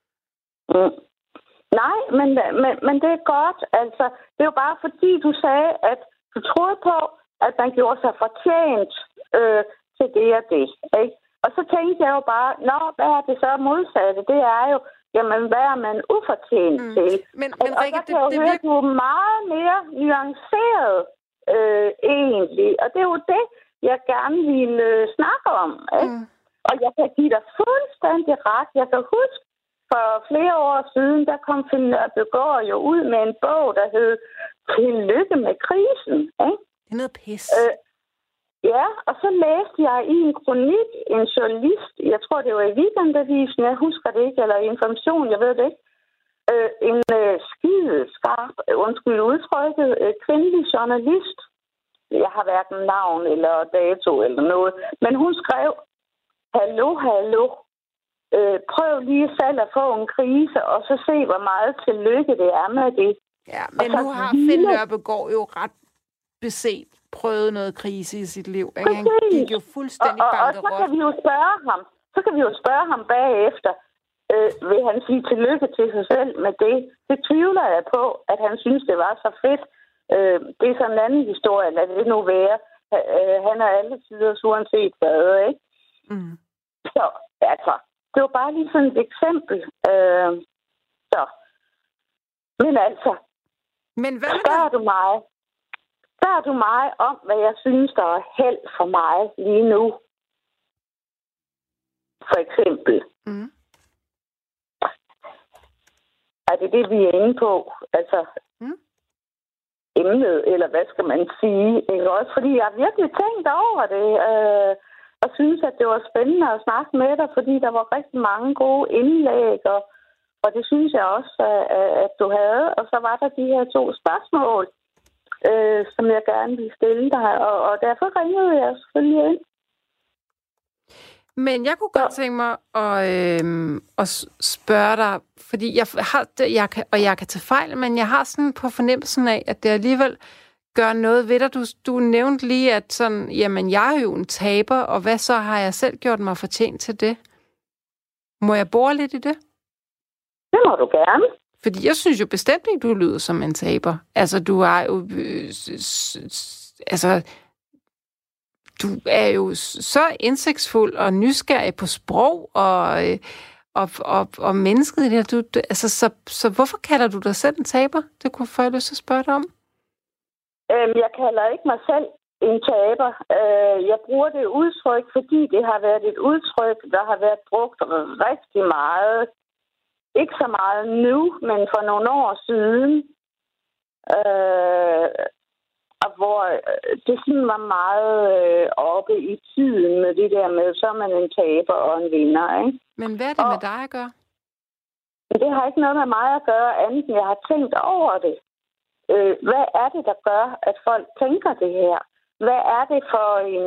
Nej, men det er godt. Altså, det er jo bare fordi, du sagde, at du troede på, at man gjorde sig fortjent til det og det, ikke? Og så tænkte jeg jo bare, hvad er det så modsatte? Det er jo, jamen, hvad er man ufortjent til? Men Rikke, du er meget mere nuanceret egentlig. Og det er jo det, jeg gerne ville snakke om. Ikke? Og jeg kan give dig fuldstændig ret. Jeg kan huske, for flere år siden, der kom Finn Nørbegaard jo ud med en bog, der hed Tillykke med krisen. Ikke? Det er noget pis. Ja, og så læste jeg i en kronik, en journalist, jeg tror det var i Weekendavisen, jeg husker det ikke, eller Information, jeg ved det ikke, en skideskarp, undskyld udtrykket, kvindelig journalist. Jeg har hverken navn eller dato eller noget, men hun skrev, hallo, prøv lige selv at få en krise, og så se, hvor meget tillykke det er med det. Ja, men nu har Finn Nørbegaard jo ret beset prøvet noget krise i sit liv. Ikke? Han gik jo fuldstændig bankerot. Og så kan vi jo spørge ham bagefter, vil han sige tillykke til sig selv med det? Det tvivler jeg på, at han synes, det var så fedt. Det er sådan en anden historie, lad det nu være. Han er alle tider, uanset hvad, ikke? Mm. Så, altså, det var bare lige sådan et eksempel. Så. Men altså, spørger du mig om, hvad jeg synes, der er held for mig lige nu? For eksempel. Mm. Er det, vi er inde på? Altså, emnet, eller hvad skal man sige? Ikke? Også fordi jeg har virkelig tænkt over det, og synes, at det var spændende at snakke med dig, fordi der var rigtig mange gode indlæg, og det synes jeg også, at du havde. Og så var der de her 2 spørgsmål, som jeg gerne ville stille dig, og derfor ringede jeg selvfølgelig ind. Men jeg kunne godt tænke mig at spørge dig, fordi jeg kan tage fejl, men jeg har sådan på fornemmelsen af, at det alligevel gør noget ved dig. Du nævnte lige, at sådan, jamen, jeg er jo en taber, og hvad så har jeg selv gjort mig fortjent til det? Må jeg bore lidt i det? Det må du gerne. Fordi jeg synes jo bestemt ikke, du lyder som en taber. Altså, du er jo... du er jo så indsigtsfuld og nysgerrig på sprog og mennesket i det. Så hvorfor kalder du dig selv en taber? Det kunne jeg lyst til at spørge dig om. Jeg kalder ikke mig selv en taber. Jeg bruger det udtryk, fordi det har været et udtryk, der har været brugt rigtig meget. Ikke så meget nu, men for nogle år siden. Og hvor det sådan var meget oppe i tiden med det der med, så er man en taber og en vinder, ikke? Men hvad er det med dig at gøre? Det har ikke noget med mig at gøre, andet end jeg har tænkt over det. Hvad er det, der gør, at folk tænker det her? Hvad er det for en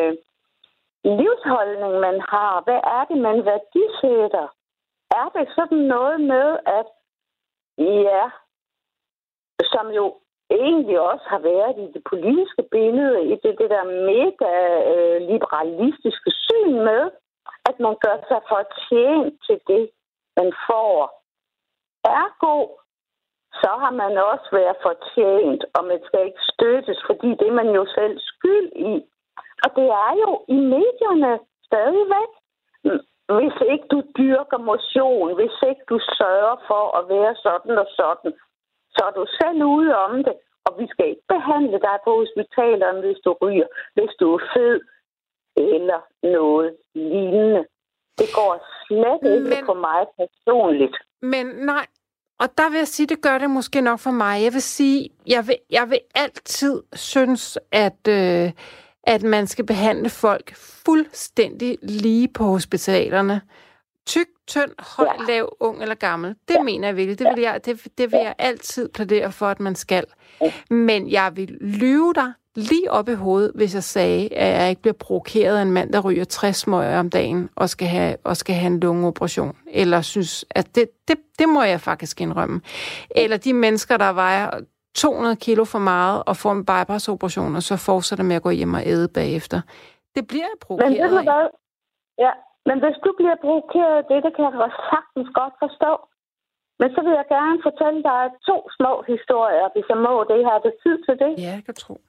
livsholdning, man har? Hvad er det, man værdisætter? Er det sådan noget med, at ja, som jo egentlig også har været i det politiske billede, i det der mega liberalistiske syn med, at man gør sig fortjent til det, man får. Ergo, så har man også været fortjent, og man skal ikke støttes, fordi det er man jo selv skyld i. Og det er jo i medierne stadigvæk. Hvis ikke du dyrker motion, hvis ikke du sørger for at være sådan og sådan, så er du selv ude om det. Og vi skal ikke behandle dig på hospitalerne, hvis du ryger, hvis du er fed eller noget lignende. Det går slet ikke for mig personligt. Men nej, og der vil jeg sige, det gør det måske nok for mig. Jeg vil sige, jeg vil altid synes, at man skal behandle folk fuldstændig lige på hospitalerne. Tyk, tynd, høj, lav, ung eller gammel. Det mener jeg virkelig. Det vil jeg altid plædere for, at man skal. Men jeg vil lyve dig lige op i hovedet, hvis jeg sagde, at jeg ikke bliver provokeret af en mand, der ryger 60 smøger om dagen og skal have en lungeoperation. Eller synes, at det må jeg faktisk indrømme. Eller de mennesker, der vejer 200 kilo for meget og får en bypassoperation, og så fortsætter med at gå hjem og æde bagefter. Det bliver jeg provokeret af. Ja, men hvis du bliver provokeret af det kan jeg sagtens godt forstå. Men så vil jeg gerne fortælle dig 2 små historier, hvis jeg må det. Har du tid til det? Ja, jeg kan tro.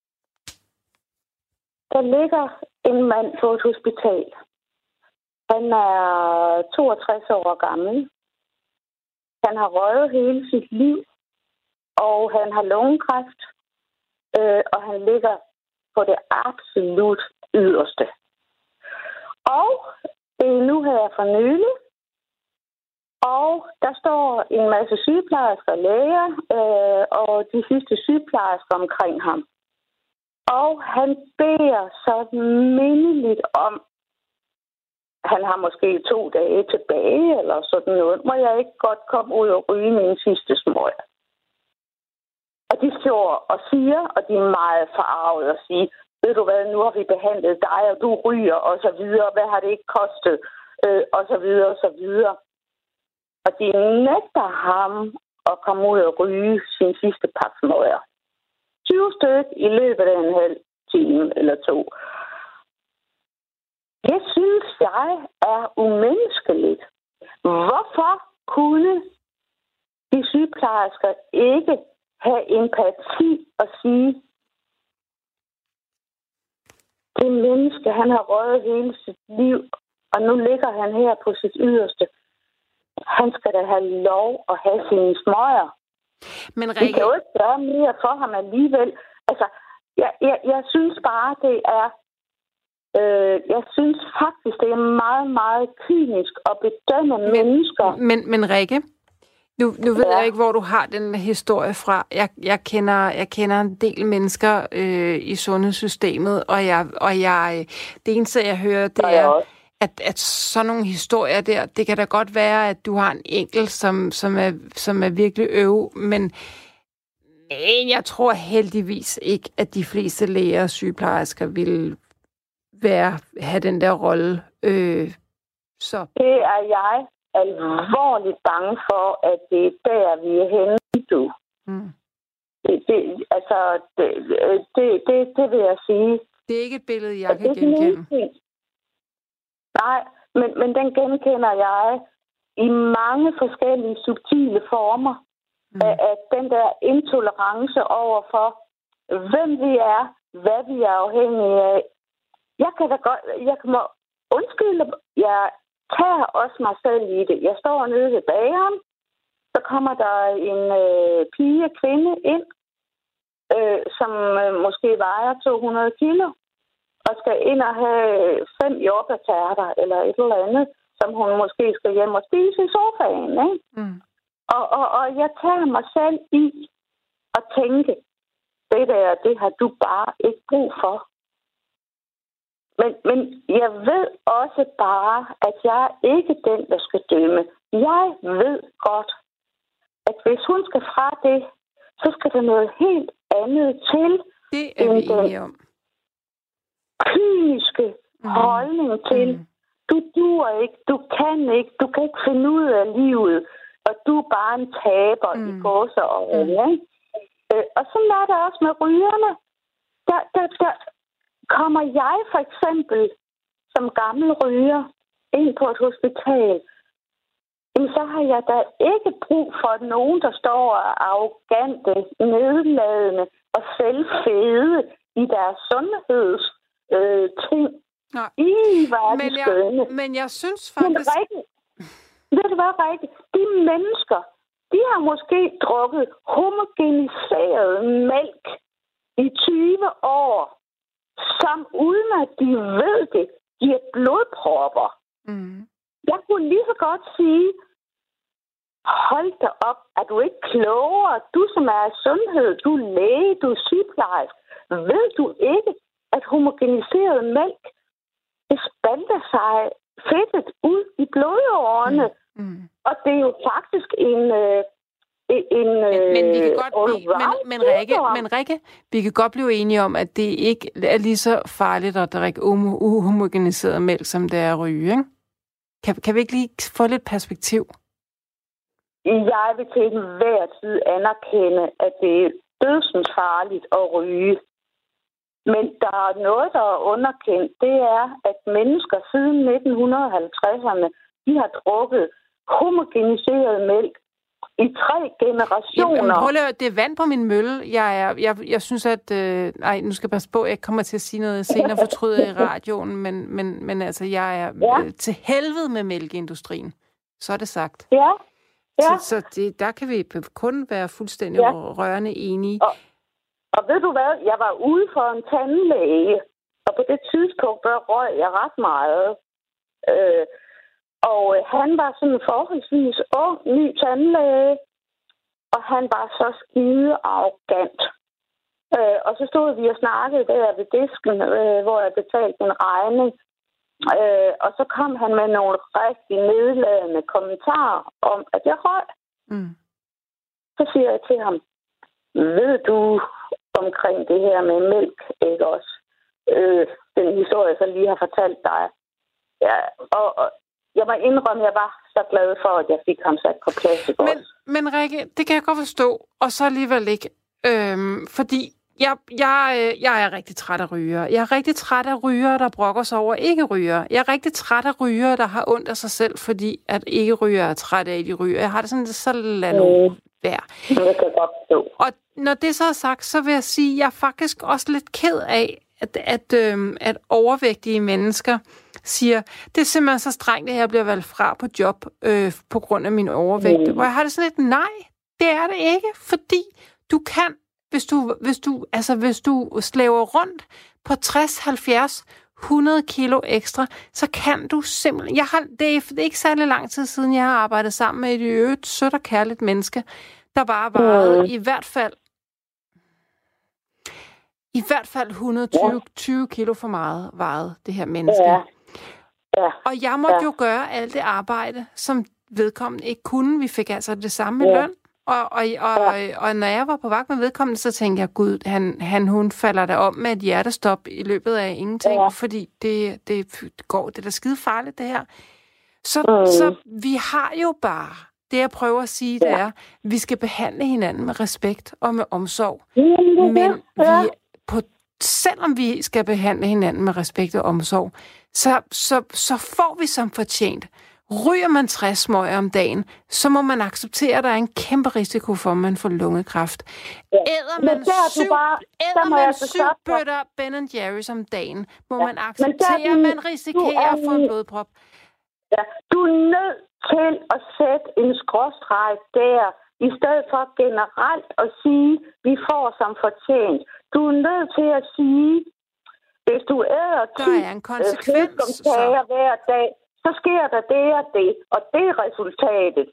Der ligger en mand på et hospital. Han er 62 år gammel. Han har røget hele sit liv, og han har lungekræft, og han ligger på det absolut yderste. Og det er nu her for nylig, og der står en masse sygeplejersker og læger, og de sidste sygeplejersker omkring ham. Og han beder så mindeligt om, han har måske 2 dage tilbage, eller sådan noget. Må jeg ikke godt komme ud og ryge min sidste smøg? Og de står og siger, og de er meget forarvet og siger, ved du hvad, nu har vi behandlet dig, og du ryger, og så videre. Hvad har det ikke kostet? Og så videre, og så videre. Og de nægter ham at komme ud og ryge sin sidste par smøger. 20 stykker i løbet af en halv time eller 2. Det synes jeg er umenneskeligt. Hvorfor kunne de sygeplejersker ikke have empati og sige, det menneske, han har røget hele sit liv, og nu ligger han her på sit yderste. Han skal da have lov at have sine smøger. Men Rikke... Vi kan jo ikke gøre mere for ham alligevel. Altså, jeg synes bare, det er... jeg synes faktisk, det er meget, meget kynisk at bedømme mennesker. Men Rikke, nu ved jeg ikke, hvor du har den historie fra. Jeg kender en del mennesker i sundhedssystemet, og det eneste, jeg hører, det er, at sådan nogle historier der, det kan da godt være, at du har en enkelt, som er virkelig men jeg tror heldigvis ikke, at de fleste læger og sygeplejersker vil have den der rolle. Så. Det er jeg alvorligt bange for, at det er der, vi er henne, du. Det vil jeg sige. Det er ikke et billede, jeg kan genkende. Nej, men den genkender jeg i mange forskellige subtile former af den der intolerance over for, hvem vi er, hvad vi er afhængige af. Jeg kan undskylde, jeg tager også mig selv i det. Jeg står nede ved bageren, så kommer der en kvinde ind, som måske vejer 200 kilo, og skal ind og have 5 jordbærtærter eller et eller andet, som hun måske skal hjem og spise i sofaen. Ikke? Og jeg tager mig selv i at tænke, det har du bare ikke brug for. Men jeg ved også bare, at jeg er ikke den, der skal dømme. Jeg ved godt, at hvis hun skal fra det, så skal der noget helt andet til. Det er vi enige om. Kyniske holdning til, du duer ikke, du kan ikke finde ud af livet, og du er bare en taber i gåser og og sådan er det også med rygerne. Der kommer jeg for eksempel som gammel ryger ind på et hospital, så har jeg da ikke brug for nogen, der står og er arrogante, nedladende og selvfede i deres sundheds ting. Men jeg synes faktisk... Ved du hvad, Rikke? De mennesker, de har måske drukket homogeniseret mælk i 20 år, som uden at de ved det, giver blodpropper. Jeg kunne lige så godt sige, hold da op, er du ikke klogere? Du som er i sundhed, du er læge, du er sygeplejerske. Ved du ikke, at homogeniseret mælk, det spalter sig fedtet ud i blodårene? Og det er jo faktisk Men Rikke, vi kan godt blive enige om, at det ikke er lige så farligt at drikke uhomogeniseret mælk, som det er at ryge, ikke? Kan vi ikke lige få lidt perspektiv? Jeg vil til enhver tid anerkende, at det er dødsensfarligt at ryge. Men der er noget, der er underkendt. Det er, at mennesker siden 1950'erne, de har drukket homogeniseret mælk i 3 generationer. Jamen, prøv at det er vand på min mølle. Jeg synes, at... nu skal jeg passe på, jeg kommer til at sige noget senere fortryder i radioen, men altså, jeg er til helvede med mælkeindustrien. Så er det sagt. Ja. Så der kan vi kun være fuldstændig rørende enige. Og ved du hvad? Jeg var ude for en tandlæge, og på det tidspunkt, der røg jeg ret meget. Og han var sådan en forholdsvis ung, ny tandlæge, og han var så skide arrogant. Og så stod vi og snakkede der ved disken, hvor jeg betalte en regning. Og så kom han med nogle rigtig nedladende kommentarer om, at jeg røg. Så siger jeg til ham, ved du omkring det her med mælk, ikke også? Den historie, jeg lige har fortalt dig. Ja, og jeg må indrømme, at jeg var så glad for, at jeg fik ham sat på plads. Men Rikke, det kan jeg godt forstå, og så alligevel ikke. Fordi Jeg er rigtig træt af rygere. Jeg er rigtig træt af rygere, der brokker sig over ikke-rygere. Jeg er rigtig træt af rygere, der har ondt af sig selv, fordi at ikke-rygere er træt af, at de ryger. Jeg har det sådan, så lad nu være. Det kan godt stå. Og når det så er sagt, så vil jeg sige, at jeg er faktisk også lidt ked af, at overvægtige mennesker siger, det er simpelthen så strengt, at jeg bliver valgt fra på job på grund af min overvægt. Hvor jeg har det sådan lidt, nej, det er det ikke, fordi du kan, hvis du slæver rundt på 60, 70, 100 kilo ekstra, så kan du simpelthen... Det er ikke særlig lang tid siden, jeg har arbejdet sammen med et øvrigt sødt og kærligt menneske, der bare var i hvert fald 120 kilo for meget vejede det her menneske. Ja. Ja. Og jeg måtte jo gøre alt det arbejde, som vedkommende ikke kunne. Vi fik altså det samme løn. Og når jeg var på vagt med vedkommende, så tænkte jeg, gud, hun falder der om med et hjertestop i løbet af ingenting, fordi det er da skide farligt, det her. Så vi har jo bare, det jeg prøver at sige, det er, vi skal behandle hinanden med respekt og med omsorg. Men selvom vi skal behandle hinanden med respekt og omsorg, så får vi som fortjent. Ryger man 60 smøger om dagen, så må man acceptere, at der er en kæmpe risiko for, at man får lungekræft. Æder man 7 bøtter Ben & Jerry's om dagen, må man acceptere, at man risikerer at få en blodprop. Ja, du er nødt til at sætte en skråstreg der, i stedet for generelt at sige, vi får som fortjent. Du er nødt til at sige, hvis du æder 10 flæskomkager hver dag, så sker der det og det, og det er resultatet.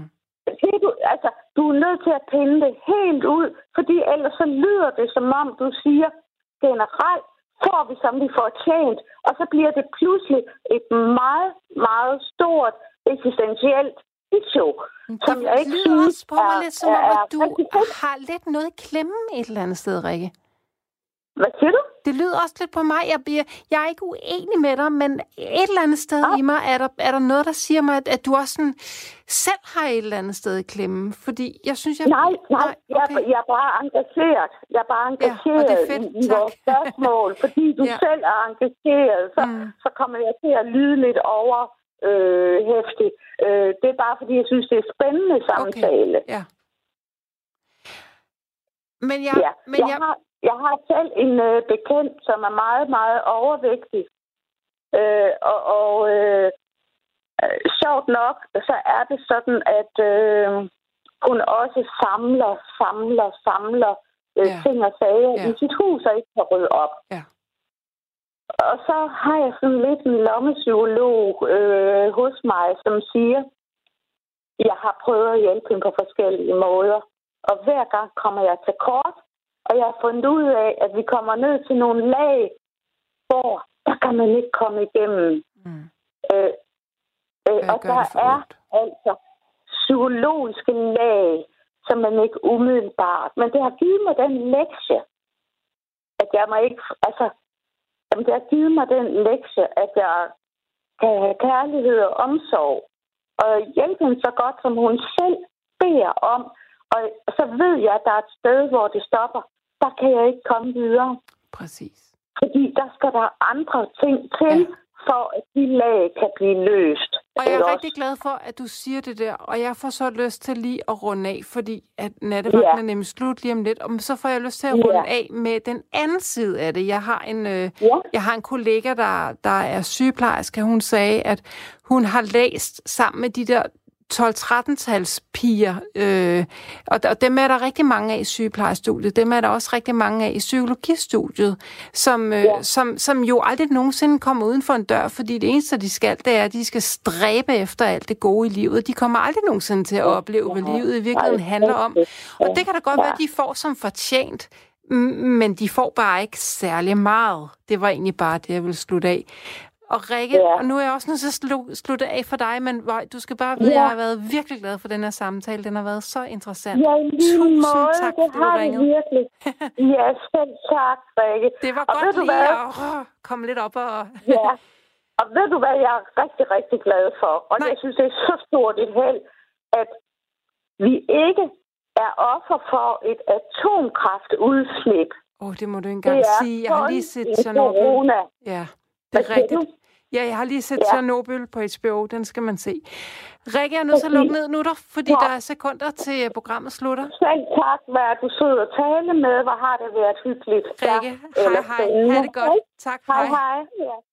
Du er nødt til at pinde det helt ud, fordi ellers så lyder det, som om du siger, generelt får vi, som vi får tjent, og så bliver det pludselig et meget, meget stort eksistentielt issue, som jeg ikke synes også på mig lidt som om, at du har lidt noget i klemme et eller andet sted, Rikke. Hvad siger du? Det lyder også lidt på mig. Jeg er ikke uenig med dig, men et eller andet sted i mig er der noget, der siger mig, at du også sådan, selv har et eller andet sted i klemme. Fordi jeg synes, Nej, okay. Jeg er bare engageret. Jeg er bare engageret i vores spørgsmål. Fordi du selv er engageret, så kommer jeg til at lyde lidt over hæftigt. Det er bare fordi, jeg synes, det er spændende samtale. Okay. Ja. Jeg har selv en bekendt, som er meget, meget overvægtig. Sjovt nok, så er det sådan, at hun også samler ting og sager i sit hus og ikke kan rydde op. Ja. Og så har jeg sådan lidt en lommepsykolog hos mig, som siger, jeg har prøvet at hjælpe hende på forskellige måder. Og hver gang kommer jeg til kort. Og jeg har fundet ud af, at vi kommer ned til nogle lag, hvor der kan man ikke komme igennem. Og der er altså psykologiske lag, som man ikke umiddelbart. Men det har givet mig den lektie, at jeg må ikke... det har givet mig den lektie, at jeg kan have kærlighed og omsorg. Og hjælpe hende så godt, som hun selv beder om. Og så ved jeg, at der er et sted, hvor det stopper. Der kan jeg ikke komme videre. Præcis. Fordi der skal der andre ting til, for at de lag kan blive løst. Og jeg er rigtig glad for, at du siger det der. Og jeg får så lyst til lige at runde af, fordi at nattevagten er nemlig slut lige om lidt. Og så får jeg lyst til at runde af med den anden side af det. Jeg har en kollega, der er sygeplejerske. Hun sagde, at hun har læst sammen med de der 12-13-tals piger, og dem er der rigtig mange af i sygeplejestudiet, dem er der også rigtig mange af i psykologistudiet, som jo aldrig nogensinde kommer uden for en dør, fordi det eneste, de skal, det er, at de skal stræbe efter alt det gode i livet. De kommer aldrig nogensinde til at opleve, hvad livet i virkeligheden handler om. Og det kan da godt være, at de får som fortjent, men de får bare ikke særlig meget. Det var egentlig bare det, jeg ville slutte af. Og Rikke, og nu er jeg også nødt til at slutte af for dig, men du skal bare vide, at jeg har været virkelig glad for den her samtale. Den har været så interessant. Ja, Tusind tak, fordi du ringede. Virkelig. Ja, selv tak, Rikke. Det var godt lige at komme lidt op og... Ja, og ved du hvad, jeg er rigtig, rigtig glad for. Og jeg synes, det er så stort et held, at vi ikke er offer for et atomkraftudslip Det må du ikke engang sige. Jeg har lige set Chernobyl. Ja, det er rigtigt. Ja, jeg har lige set Chernobyl på HBO. Den skal man se. Rikke, jeg er nødt til at lukke ned nu, fordi der er sekunder til programmet slutter. Selv tak, hvad du sidder og tale med. Hvor har det været hyggeligt. Rikke, hej. Ha' det godt. Tak, hej. Hej. Ja.